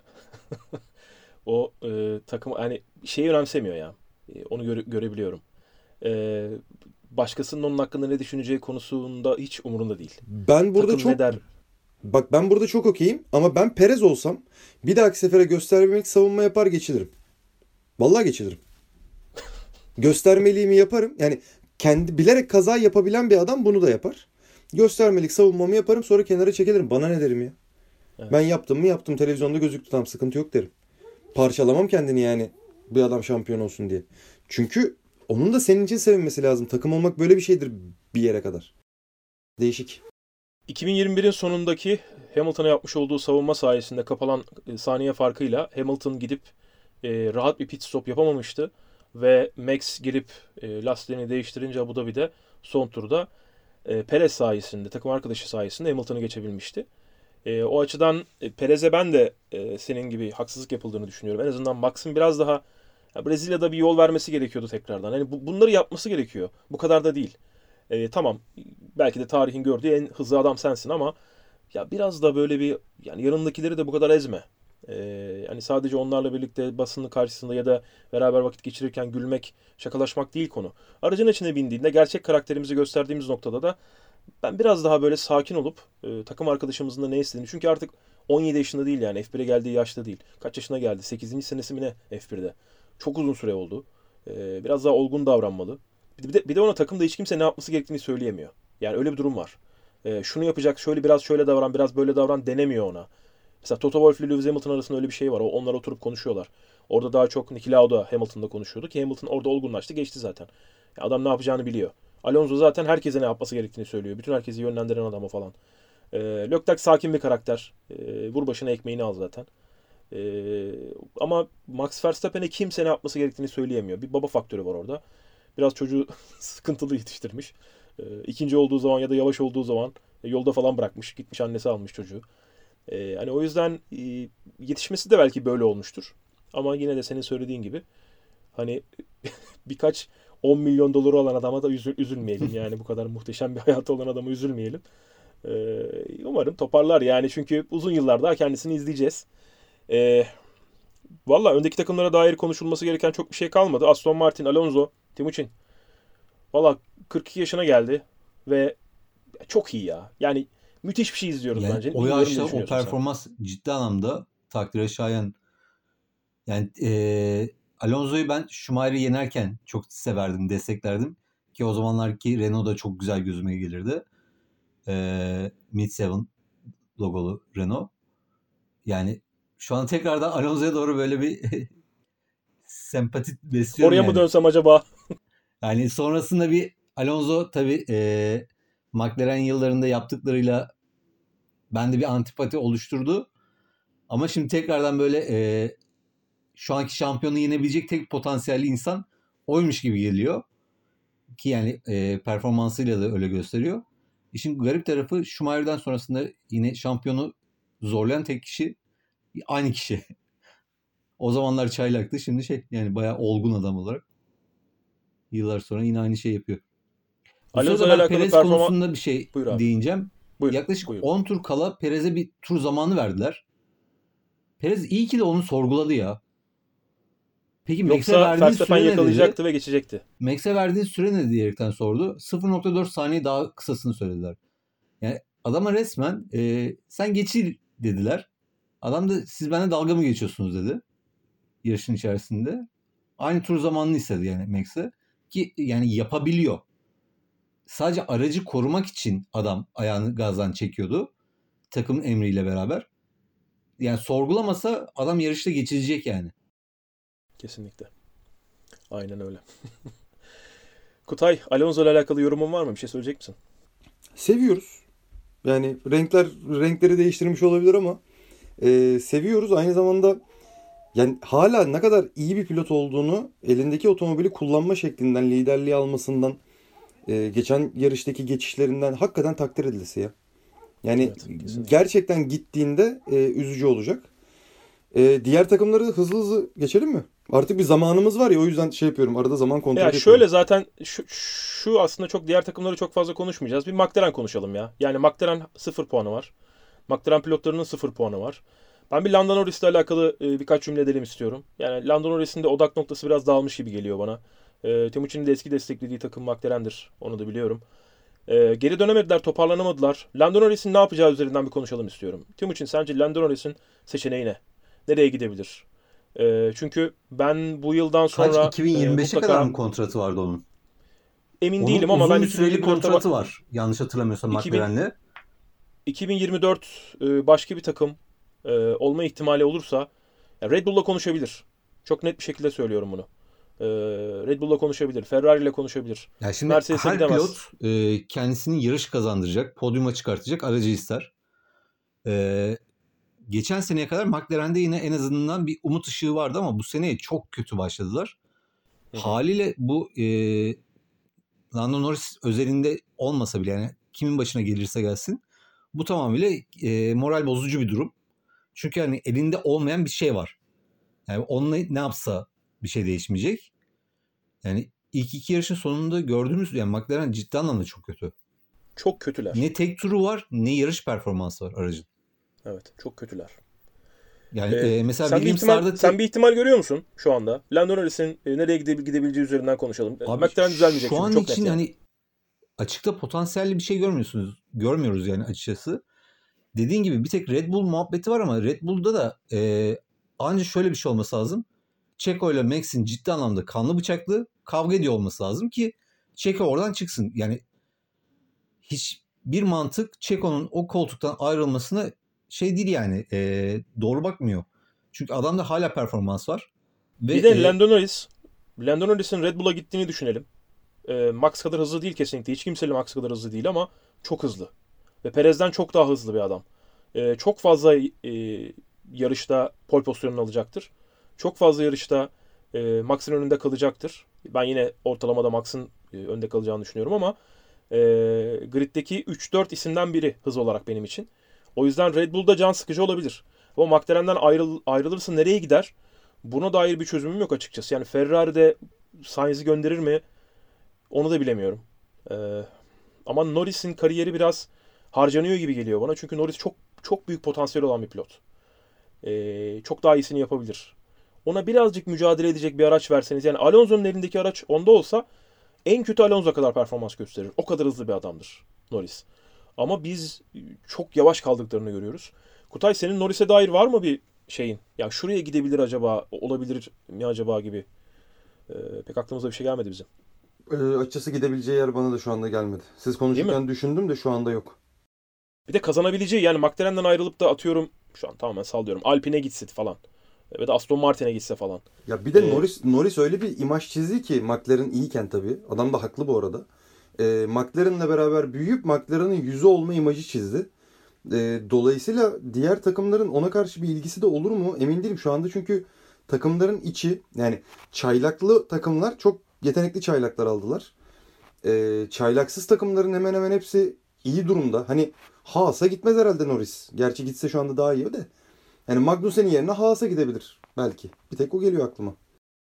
O e, takım hani şeyi önemsemiyor ya. E, onu göre, görebiliyorum. E, başkasının onun hakkında ne düşüneceği konusunda hiç umurunda değil. Ben burada Takım çok ne der? Bak ben burada çok okeyim ama ben Perez olsam bir dahaki sefere göstermelik savunma yapar geçilirim. Vallahi geçilirim. Göstermeliğimi yaparım. Yani kendi bilerek kaza yapabilen bir adam bunu da yapar. Göstermelik savunmamı yaparım, sonra kenara çekilirim. Bana ne derim ya? Evet. Ben yaptım mı yaptım, televizyonda gözüktü, tamam, sıkıntı yok derim. Parçalamam kendini yani bir adam şampiyon olsun diye. Çünkü onun da senin için sevinmesi lazım. Takım olmak böyle bir şeydir bir yere kadar. Değişik. iki bin yirmi birin sonundaki Hamilton'a yapmış olduğu savunma sayesinde kapanan e, saniye farkıyla Hamilton gidip e, rahat bir pit stop yapamamıştı. Ve Max girip e, lastiğini değiştirince Abu Dhabi'de son turda e, Perez sayesinde, takım arkadaşı sayesinde Hamilton'ı geçebilmişti. E, o açıdan e, Perez'e ben de e, senin gibi haksızlık yapıldığını düşünüyorum. En azından Max'ın biraz daha ya Brezilya'da bir yol vermesi gerekiyordu tekrardan. Yani bu, bunları yapması gerekiyor. Bu kadar da değil. E, tamam, belki de tarihin gördüğü en hızlı adam sensin ama ya biraz da böyle bir, yani yanındakileri de bu kadar ezme. E, yani sadece onlarla birlikte basının karşısında ya da beraber vakit geçirirken gülmek, şakalaşmak değil konu. Aracın içine bindiğinde gerçek karakterimizi gösterdiğimiz noktada da ben biraz daha böyle sakin olup e, takım arkadaşımızın da ne istediğini. Çünkü artık on yedi yaşında değil, yani F bire geldiği yaşta değil. Kaç yaşına geldi? sekizinci senesi mi ne F birde? Çok uzun süre oldu. Ee, biraz daha olgun davranmalı. Bir de, bir de ona takımda hiç kimse ne yapması gerektiğini söyleyemiyor. Yani öyle bir durum var. Ee, şunu yapacak, şöyle biraz şöyle davran, biraz böyle davran denemiyor ona. Mesela Toto Wolff ile Lewis Hamilton arasında öyle bir şey var. O- Onlar oturup konuşuyorlar. Orada daha çok Niki Lauda Hamilton'da konuşuyordu ki Hamilton orada olgunlaştı, geçti zaten. Ya adam ne yapacağını biliyor. Alonso zaten herkese ne yapması gerektiğini söylüyor. Bütün herkesi yönlendiren adam o falan. Ee, Leclerc sakin bir karakter. Ee, vur başına ekmeğini al zaten. Ee, ama Max Verstappen'e kimse ne yapması gerektiğini söyleyemiyor. Bir baba faktörü var orada. Biraz çocuğu sıkıntılı yetiştirmiş. Ee, ikinci olduğu zaman ya da yavaş olduğu zaman e, yolda falan bırakmış. Gitmiş annesi almış çocuğu. Ee, hani o yüzden e, yetişmesi de belki böyle olmuştur. Ama yine de senin söylediğin gibi hani birkaç on milyon doları olan adama da üzül- üzülmeyelim. Yani bu kadar muhteşem bir hayatı olan adama üzülmeyelim. Ee, umarım toparlar yani çünkü uzun yıllar daha kendisini izleyeceğiz. Ee, Valla öndeki takımlara dair konuşulması gereken çok bir şey kalmadı. Aston Martin, Alonso, Timuçin. Valla kırk iki yaşına geldi ve çok iyi ya. Yani müthiş bir şey izliyoruz Yani bence. o Bilmiyorum ne yaşta o düşünüyorsun sen? performans ciddi anlamda takdire şayan. Yani eee Alonso'yu ben Schumacher'i yenerken çok severdim, desteklerdim. Ki o zamanlarki Renault da çok güzel gözüme gelirdi. Eee Mid Seven logolu Renault. Yani şu an tekrardan Alonso'ya doğru böyle bir sempati besliyorum Oraya mı yani. dönsem acaba? Yani sonrasında bir Alonso tabii eee McLaren yıllarında yaptıklarıyla bende bir antipati oluşturdu. Ama şimdi tekrardan böyle eee, şu anki şampiyonu yenebilecek tek potansiyelli insan oymuş gibi geliyor. Ki yani eee, performansıyla da öyle gösteriyor. İşin garip tarafı Schumacher'den sonrasında yine şampiyonu zorlayan tek kişi aynı kişi. O zamanlar çaylaktı. Şimdi şey yani bayağı olgun adam olarak yıllar sonra yine aynı şey yapıyor. Bu Alonso sırada ile ben alakalı Perez performans... konusunda bir şey Buyur abi. değineceğim. Buyur. Yaklaşık Buyur. on tur kala Perez'e bir tur zamanı verdiler. Perez iyi ki de onu sorguladı ya. Peki Max'e Yoksa verdiğin Verstappen süre ne dedi? yakalayacaktı ve geçecekti. Max'e verdiğin süre ne diyerekten sordu. sıfır nokta dört saniye daha kısasını söylediler. Yani adama resmen e, sen geçir dediler. Adam da siz benimle dalga mı geçiyorsunuz dedi. Yarışın içerisinde. Aynı tur zamanını istedi yani Max'e. Ki yani yapabiliyor. Sadece aracı korumak için adam ayağını gazdan çekiyordu. Takımın emriyle beraber. Yani sorgulamasa adam yarışta geçilecek yani. Kesinlikle. Aynen öyle. Kutay, Alonso ile alakalı yorumun var mı? Bir şey söyleyecek misin? Seviyoruz. Yani renkler renkleri değiştirmiş olabilir ama e, seviyoruz. Aynı zamanda yani hala ne kadar iyi bir pilot olduğunu elindeki otomobili kullanma şeklinden, liderliği almasından, e, geçen yarıştaki geçişlerinden hakikaten takdir edilisi ya. Yani Evet, kesinlikle. gerçekten gittiğinde e, üzücü olacak. E, diğer takımları hızlı hızlı geçelim mi? Artık bir zamanımız var ya o yüzden şey yapıyorum. Arada zaman kontrol Ya yapıyorum. şöyle zaten şu, şu aslında çok diğer takımları çok fazla konuşmayacağız. Bir McLaren konuşalım ya. Yani McLaren sıfır puanı var. McLaren pilotlarının sıfır puanı var. Ben bir Lando Norris ile alakalı e, birkaç cümle edelim istiyorum. Yani Lando Norris'in de odak noktası biraz dağılmış gibi geliyor bana. E, Timuçin'in de eski desteklediği takım McLaren'dir. Onu da biliyorum. E, geri dönemediler, toparlanamadılar. Lando Norris'in ne yapacağı üzerinden bir konuşalım istiyorum. Timuçin, sence Lando Norris'in seçeneği ne? Nereye gidebilir? E, çünkü ben bu yıldan sonra Kaç e, iki bin yirmi beşe mutlaka kadar mı kontratı vardı onun? emin Onun değilim ama uzun ben bir süreli iki bin yirmi dörtte kontratı var. Yanlış hatırlamıyorsam iki bin McLaren'le. iki bin yirmi dört e, başka bir takım e, olma ihtimali olursa ya Red Bull'la konuşabilir. Çok net bir şekilde söylüyorum bunu. E, Red Bull'la konuşabilir. Ferrari ile konuşabilir. Ya şimdi Mercedes'e her gidemez. pilot e, kendisini yarış kazandıracak, podyuma çıkartacak aracı ister. E, geçen seneye kadar McLaren'de yine en azından bir umut ışığı vardı ama bu seneye çok kötü başladılar. Hı hı. Haliyle bu e, Lando Norris özelinde olmasa bile yani kimin başına gelirse gelsin bu tamamıyla e, moral bozucu bir durum. Çünkü hani elinde olmayan bir şey var. Yani onunla ne yapsa bir şey değişmeyecek. Yani ilk iki yarışın sonunda gördüğümüz yani McLaren ciddi anlamda çok kötü. Çok kötüler. Ne tek turu var ne yarış performansı var aracın. Evet, çok kötüler. Yani E, e, mesela sen bir ihtimal Williams'larda sen te- bir ihtimal görüyor musun şu anda? Lando Norris'in e, nereye gide- gidebileceği üzerinden konuşalım. E, abi McLaren düzelmeyecek şu çünkü an çok net için yani. hani açıkta potansiyelli bir şey görmüyorsunuz. Görmüyoruz yani açıkçası. Dediğin gibi bir tek Red Bull muhabbeti var ama Red Bull'da da e, ancak şöyle bir şey olması lazım. Checo ile Max'in ciddi anlamda kanlı bıçaklı kavga ediyor olması lazım ki Checo oradan çıksın. Yani hiçbir mantık Checo'nun o koltuktan ayrılmasına şey değil yani e, doğru bakmıyor. Çünkü adamda hala performans var. Ve, bir de e, Lando Norris. Lando Norris'in Red Bull'a gittiğini düşünelim. E, Max kadar hızlı değil kesinlikle. Hiç kimseyle Max kadar hızlı değil ama çok hızlı. Ve Perez'den çok daha hızlı bir adam. E, çok fazla e, yarışta pole pozisyonunu alacaktır. Çok fazla yarışta e, Max'ın önünde kalacaktır. Ben yine ortalamada Max'ın e, önde kalacağını düşünüyorum ama e, griddeki üç dört isimden biri hız olarak benim için. O yüzden Red Bull'da can sıkıcı olabilir. Ama McLaren'den ayrıl, ayrılırsa nereye gider? Buna dair bir çözümüm yok açıkçası. Yani Ferrari'de Sainz'i gönderir mi? Onu da bilemiyorum. Ee, ama Norris'in kariyeri biraz harcanıyor gibi geliyor bana. Çünkü Norris çok çok büyük potansiyel olan bir pilot. Ee, çok daha iyisini yapabilir. Ona birazcık mücadele edecek bir araç verseniz. Yani Alonso'nun elindeki araç onda olsa en kötü Alonso kadar performans gösterir. O kadar hızlı bir adamdır Norris. Ama biz çok yavaş kaldıklarını görüyoruz. Kutay, senin Norris'e dair var mı bir şeyin? Ya şuraya gidebilir acaba, olabilir mi acaba gibi. Ee, pek aklımıza bir şey gelmedi bizim. Ee, açıkçası gidebileceği yer bana da şu anda gelmedi. Siz konuşurken düşündüm de şu anda yok. Bir de kazanabileceği, yani McLaren'den ayrılıp da atıyorum şu an tamamen sallıyorum Alpine'e gitse falan. Ya da Aston Martin'e gitse falan. Ya bir de Ee, Norris Norris öyle bir imaj çizdi ki McLaren iyiyken tabii. Adam da haklı bu arada. Ee, McLaren'la beraber büyüyüp McLaren'ın yüzü olma imajı çizdi. Ee, dolayısıyla diğer takımların ona karşı bir ilgisi de olur mu emin değilim şu anda. Çünkü takımların içi, yani çaylaklı takımlar çok yetenekli çaylaklar aldılar. Ee, çaylaksız takımların hemen hemen hepsi iyi durumda. Hani Haas'a gitmez herhalde Norris. Gerçi gitse şu anda daha iyi de. Yani Magnussen'in yerine Haas'a gidebilir belki. Bir tek o geliyor aklıma.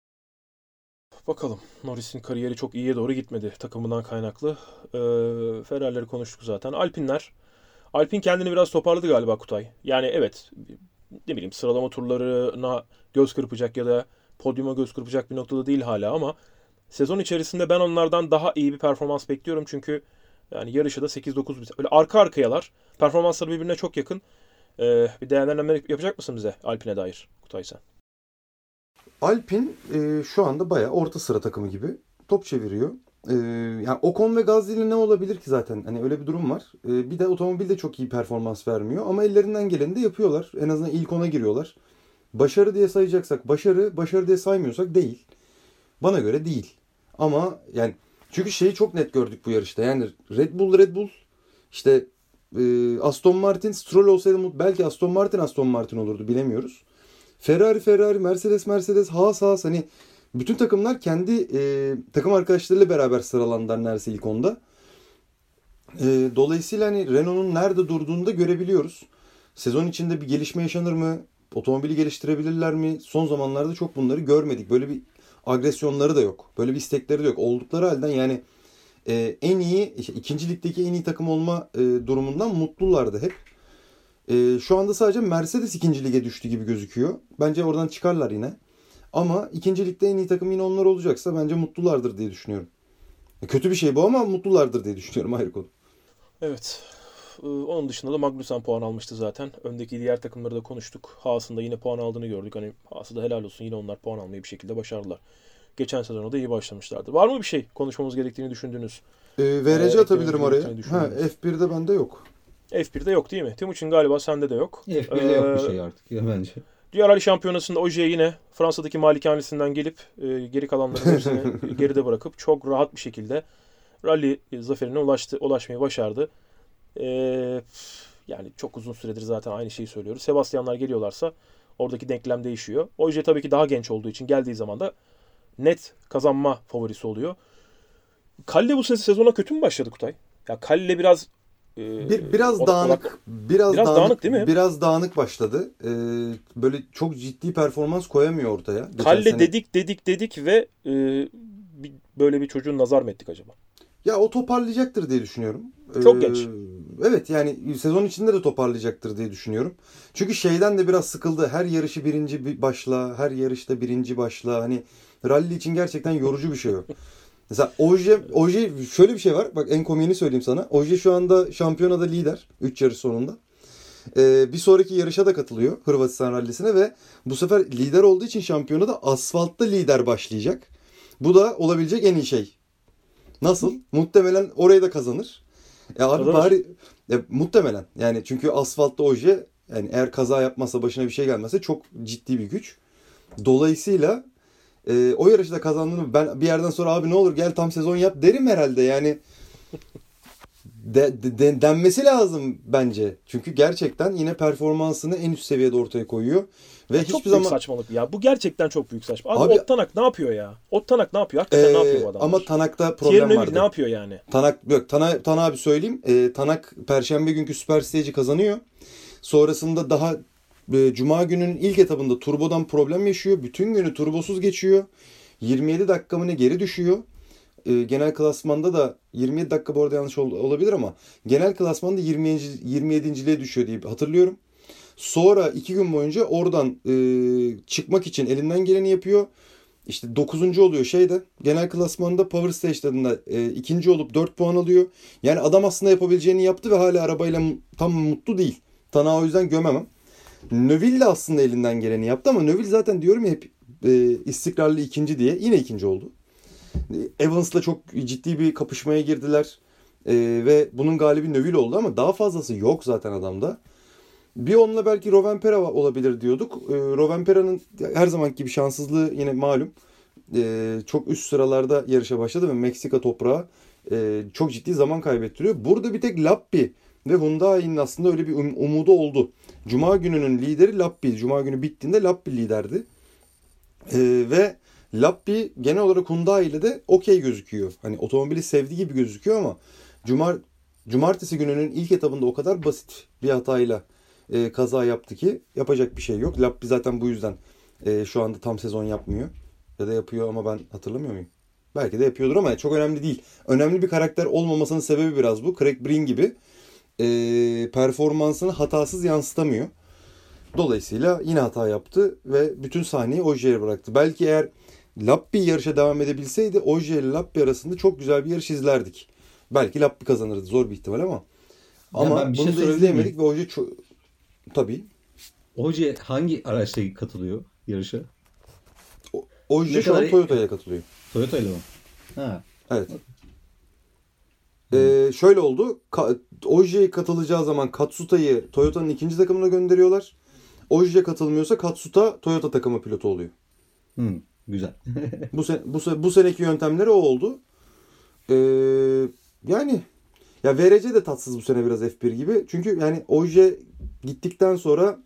Bakalım. Norris'in kariyeri çok iyiye doğru gitmedi takımından kaynaklı. Ee, Ferrari'leri konuştuk zaten. Alpinler. Alpin kendini biraz toparladı galiba Kutay. Yani evet, ne bileyim, sıralama turlarına göz kırpacak ya da podyuma göz kırpacak bir noktada değil hala ama sezon içerisinde ben onlardan daha iyi bir performans bekliyorum. Çünkü yani yarışı da sekiz dokuz bit- öyle arka arkayalar. Performansları birbirine çok yakın. Ee, bir değerlendirme yapacak mısın bize Alpine dair Kutay sen? Alpine e, şu anda bayağı orta sıra takımı gibi top çeviriyor. E, yani Ocon ve Gasly ile ne olabilir ki zaten? Hani öyle bir durum var. E, bir de otomobil de çok iyi performans vermiyor ama ellerinden geleni de yapıyorlar. En azından ilk ona giriyorlar. Başarı diye sayacaksak başarı, başarı diye saymıyorsak değil. Bana göre değil. Ama yani çünkü şeyi çok net gördük bu yarışta. Yani Red Bull Red Bull işte e, Aston Martin Stroll olsaydı belki Aston Martin Aston Martin olurdu, bilemiyoruz. Ferrari Ferrari, Mercedes Mercedes, Haas Haas, hani bütün takımlar kendi e, takım arkadaşlarıyla beraber sıralandılar neredeyse ilk onda. E, dolayısıyla hani Renault'un nerede durduğunu da görebiliyoruz. Sezon içinde bir gelişme yaşanır mı? Otomobili geliştirebilirler mi? Son zamanlarda çok bunları görmedik. Böyle bir agresyonları da yok. Böyle bir istekleri de yok. Oldukları halden yani e, en iyi, işte ikinci ligdeki en iyi takım olma e, durumundan mutlulardı hep. E, şu anda sadece Mercedes ikinci lige düştü gibi gözüküyor. Bence oradan çıkarlar yine. Ama ikinci ligde en iyi takım yine onlar olacaksa bence mutlulardır diye düşünüyorum. E, kötü bir şey bu ama mutlulardır diye düşünüyorum, ayrı konu. Evet. Ee, Onun dışında da Magnussen puan almıştı zaten. Öndeki diğer takımları da konuştuk. Haas'ın da yine puan aldığını gördük. Hani Haas'a da helal olsun. Yine onlar puan almayı bir şekilde başardılar. Geçen sezona da iyi başlamışlardı. Var mı bir şey konuşmamız gerektiğini düşündüğünüz? E, V R C Ee, atabilirim eklememiz araya. gerektiğini Ha, düşündüğünüz. F birde bende yok. F birde yok değil mi? Timuçin galiba sende de yok. F birde yok bir Ee, şey artık ya bence. Dünya Rally Şampiyonası'nda Ogier yine Fransa'daki malikanesinden gelip e, geri kalanların hepsini geride bırakıp çok rahat bir şekilde rally zaferine ulaştı, ulaşmayı başardı. E, yani çok uzun süredir zaten aynı şeyi söylüyoruz. Sebastianlar geliyorlarsa oradaki denklem değişiyor. Ogier tabii ki daha genç olduğu için geldiği zaman da net kazanma favorisi oluyor. Kalle bu sezona kötü mü başladı Kutay? Ya Kalle biraz e, Bir, biraz odak- dağınık, odak- biraz, biraz dağınık, dağınık değil mi? Biraz dağınık başladı. Ee, böyle çok ciddi performans koyamıyor ortaya. Geçen Kalle sene- dedik dedik dedik ve e, bir- böyle bir çocuğun nazar mı ettik acaba? Ya o toparlayacaktır diye düşünüyorum. Çok Ee, genç. Evet, yani sezon içinde de toparlayacaktır diye düşünüyorum. Çünkü şeyden de biraz sıkıldı. Her yarışı birinci bir başla, her yarışta birinci başla. Hani rally için gerçekten yorucu bir şey o. Mesela Ogier, Ogier şöyle bir şey var. Bak en komiğini söyleyeyim sana. Ogier şu anda şampiyonada lider. üç yarış sonunda. Ee, bir sonraki yarışa da katılıyor Hırvatistan rallisine ve bu sefer lider olduğu için şampiyonada asfaltta lider başlayacak. Bu da olabilecek en iyi şey. Nasıl? Muhtemelen orayı da kazanır. E abi Kazanır. bari e, muhtemelen yani çünkü asfaltta oje yani eğer kaza yapmazsa başına bir şey gelmezse çok ciddi bir güç. Dolayısıyla e, o yarışı da kazandığını ben bir yerden sonra abi ne olur gel tam sezon yap derim herhalde yani de, de- de- denmesi lazım bence. Çünkü gerçekten yine performansını en üst seviyede ortaya koyuyor ve Ya çok hiçbir büyük zaman saçmalık ya. Bu gerçekten çok büyük saçma. Abi, Abi- Ottanak ne yapıyor ya? Ottanak ne yapıyor? Hakikaten ne yapıyor bu e, adamlar? ama Tanak'ta Thierry problem Neuville vardı. ne yapıyor yani? Tanak yok. Tana, Tan abi söyleyeyim. E, Tanak Perşembe günkü Süper Stage'i kazanıyor. Sonrasında daha e, Cuma günün ilk etabında turbodan problem yaşıyor. Bütün günü turbosuz geçiyor. yirmi yedi dakika mı ne geri düşüyor. E, genel klasmanda da yirmi yedi dakika bu arada yanlış ol- olabilir ama genel klasmanda yirmi yirmi yedinciliğe düşüyor diye hatırlıyorum. Sonra iki gün boyunca oradan e, çıkmak için elinden geleni yapıyor. İşte dokuzuncu oluyor şeyde. Genel klasmanda Power Stage'lerinde e, ikinci olup dört puan alıyor. Yani adam aslında yapabileceğini yaptı ve hala arabayla m- tam mutlu değil. Tanağı o yüzden gömemem. Neuville de aslında elinden geleni yaptı ama Neuville zaten diyorum ya hep e, istikrarlı ikinci diye. Yine ikinci oldu. E, Evans'la çok ciddi bir kapışmaya girdiler. E, ve bunun galibi Neuville oldu ama daha fazlası yok zaten adamda. Bir onunla belki Rovanpera olabilir diyorduk. E, Rovanpera'nın her zamanki gibi şanssızlığı yine malum. E, çok üst sıralarda yarışa başladı ve Meksika toprağı e, çok ciddi zaman kaybettiriyor. Burada bir tek Lappi ve Hyundai'nin aslında öyle bir um- umudu oldu. Cuma gününün lideri Lappi. Cuma günü bittiğinde Lappi liderdi. E, ve Lappi genel olarak Hyundai ile de okey gözüküyor. Hani otomobili sevdiği gibi gözüküyor ama Cumar Cumartesi gününün ilk etabında o kadar basit bir hatayla e, kaza yaptı ki yapacak bir şey yok. Lappi zaten bu yüzden e, şu anda tam sezon yapmıyor. Ya da yapıyor ama ben hatırlamıyor muyum? Belki de yapıyordur ama çok önemli değil. Önemli bir karakter olmamasının sebebi biraz bu. Craig Breen gibi e, performansını hatasız yansıtamıyor. Dolayısıyla yine hata yaptı ve bütün sahneyi Ogier'e bıraktı. Belki eğer Lappi yarışa devam edebilseydi Ogier ile Lappi arasında çok güzel bir yarış izlerdik. Belki Lappi kazanırdı. Zor bir ihtimal ama. Ama ben bir bunu şey da sorabilir izleyemedik miyim? ve Ogier çok... Tabii. Oje hangi araçla katılıyor yarışa? O- Ogier Ne şu an kadar- Toyota ile katılıyor. Toyota ile mi? Ha. Evet. Ee, şöyle oldu. Ka- Ogier'e katılacağı zaman Katsuta'yı Toyota'nın ikinci takımına gönderiyorlar. Ogier katılmıyorsa Katsuta Toyota takımı pilotu oluyor. Hı, güzel. Bu sen bu se- bu seneki yöntemleri o oldu. Ee, yani ya V R C de tatsız bu sene biraz F bir gibi. Çünkü yani Ogier gittikten sonra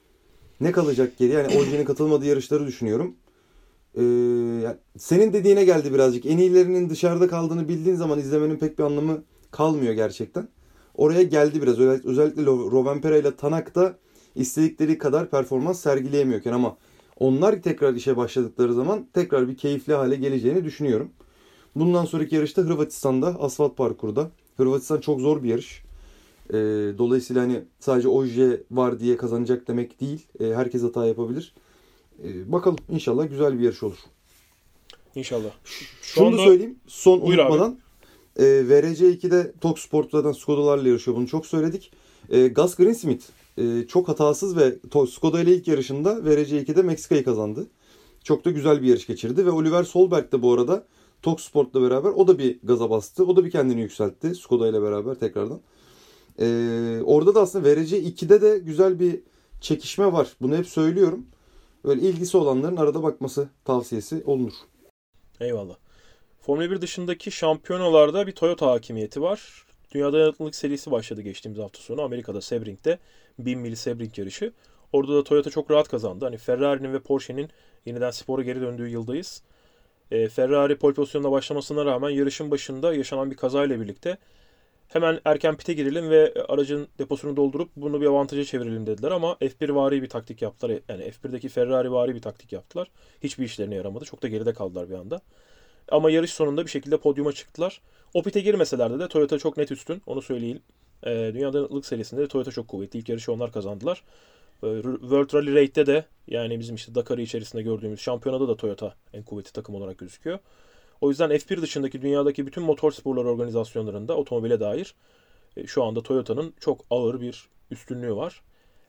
ne kalacak geri? Yani Ogier'in katılmadığı yarışları düşünüyorum. Ee, yani senin dediğine geldi birazcık. En iyilerinin dışarıda kaldığını bildiğin zaman izlemenin pek bir anlamı kalmıyor gerçekten. Oraya geldi biraz. Özellikle, özellikle Lo- Rovanpera ile Tanak da istedikleri kadar performans sergileyemiyorken ama onlar tekrar işe başladıkları zaman tekrar bir keyifli hale geleceğini düşünüyorum. Bundan sonraki yarışta Hırvatistan'da asfalt parkurda. Hırvatistan çok zor bir yarış. Ee, dolayısıyla hani sadece Ogier var diye kazanacak demek değil. Ee, herkes hata yapabilir. Ee, bakalım inşallah güzel bir yarış olur. İnşallah. Şu Şunu anda da söyleyeyim son Buyur unutmadan. E, V R C ikide Tok Sport zaten Skoda'larla yarışıyor. Bunu çok söyledik. E, Gus Greensmith e, çok hatasız ve To- Skoda ile ilk yarışında V R C ikide Meksika'yı kazandı. Çok da güzel bir yarış geçirdi ve Oliver Solberg de bu arada Tok Sport'la beraber o da bir gaza bastı. O da bir kendini yükseltti Skoda ile beraber tekrardan. E, orada da aslında V R C ikide de güzel bir çekişme var. Bunu hep söylüyorum. Böyle ilgisi olanların arada bakması tavsiyesi olunur. eyvallah. Formula bir dışındaki şampiyonalarda bir Toyota hakimiyeti var. Dünya Dayanıklılık serisi başladı geçtiğimiz hafta sonu. Amerika'da Sebring'de bin mil Sebring yarışı. Orada da Toyota çok rahat kazandı. Hani Ferrari'nin ve Porsche'nin yeniden spora geri döndüğü yıldayız. E, Ferrari pole pozisyonuna başlamasına rağmen yarışın başında yaşanan bir kazayla birlikte hemen erken pite girelim ve aracın deposunu doldurup bunu bir avantaja çevirelim dediler ama F bir vari bir taktik yaptılar. Yani F birdeki Ferrari vari bir taktik yaptılar. Hiçbir işlerine yaramadı. Çok da geride kaldılar bir anda. Ama yarış sonunda bir şekilde podyuma çıktılar. O pite girmeselerdi de Toyota çok net üstün. Onu söyleyeyim. Ee, Dünya Dayanıklılık serisinde de Toyota çok kuvvetli. İlk yarışı onlar kazandılar. Ee, World Rally Raid'de de yani bizim işte Dakar'ı içerisinde gördüğümüz şampiyonada da Toyota en kuvvetli takım olarak gözüküyor. O yüzden F bir dışındaki dünyadaki bütün motor sporları organizasyonlarında otomobile dair e, şu anda Toyota'nın çok ağır bir üstünlüğü var.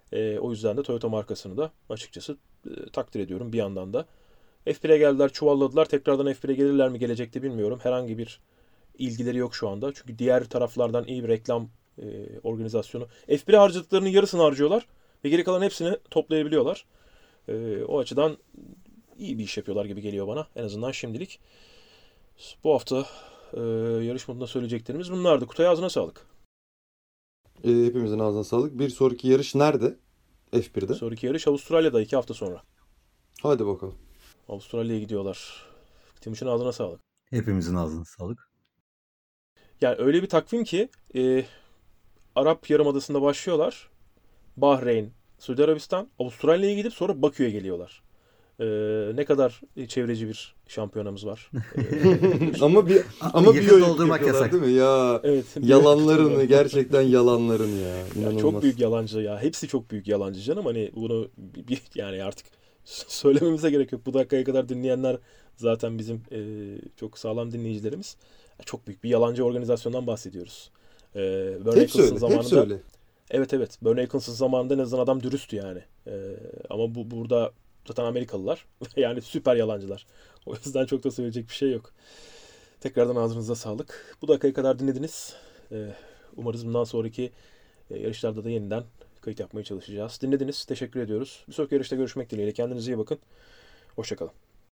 E, o yüzden de Toyota markasını da açıkçası e, takdir ediyorum bir yandan da. F bir'e geldiler, çuvalladılar. Tekrardan F bir'e gelirler mi gelecekte bilmiyorum. Herhangi bir ilgileri yok şu anda. Çünkü diğer taraflardan iyi bir reklam e, organizasyonu. F bir'e harcadıklarının yarısını harcıyorlar ve geri kalan hepsini toplayabiliyorlar. E, o açıdan iyi bir iş yapıyorlar gibi geliyor bana. En azından şimdilik. Bu hafta e, yarış modunda söyleyeceklerimiz bunlardı. Kutay, ağzına sağlık. E, hepimizin ağzına sağlık. Bir sonraki yarış nerede? F bir'de. Sonraki yarış Avustralya'da iki hafta sonra. Hadi bakalım. Avustralya'ya gidiyorlar. Timuçin, ağzına sağlık. Hepimizin ağzına sağlık. Yani öyle bir takvim ki e, Arap Yarımadası'nda başlıyorlar. Bahreyn, Suudi Arabistan, Avustralya'ya gidip sonra Bakü'ye geliyorlar. E, ne kadar çevreci bir şampiyonamız var. E, ama bir ama bir Yakıt oyun doldurmak yapıyorlar yasak. değil mi? Ya evet. yalanlarını gerçekten yalanlarını ya. Ya İnanılmaz. çok büyük yalancı ya. Hepsi çok büyük yalancı canım. Hani bunu bir, bir- yani artık söylememize gerek yok. Bu dakikaya kadar dinleyenler zaten bizim e, çok sağlam dinleyicilerimiz. Çok büyük bir yalancı organizasyondan bahsediyoruz. E, Bernie Hepsi Eccleston öyle. Hepsi zamanında öyle. evet evet. Bernie Eccleston zamanında en azından adam dürüsttü yani. E, ama bu burada zaten Amerikalılar. Yani süper yalancılar. O yüzden çok da söyleyecek bir şey yok. Tekrardan ağzınıza sağlık. Bu dakikaya kadar dinlediniz. E, umarız bundan sonraki e, yarışlarda da yeniden kayıt yapmaya çalışacağız. Dinlediniz. Teşekkür ediyoruz. Bir sonraki yarışta görüşmek dileğiyle. Kendinize iyi bakın. Hoşça kalın.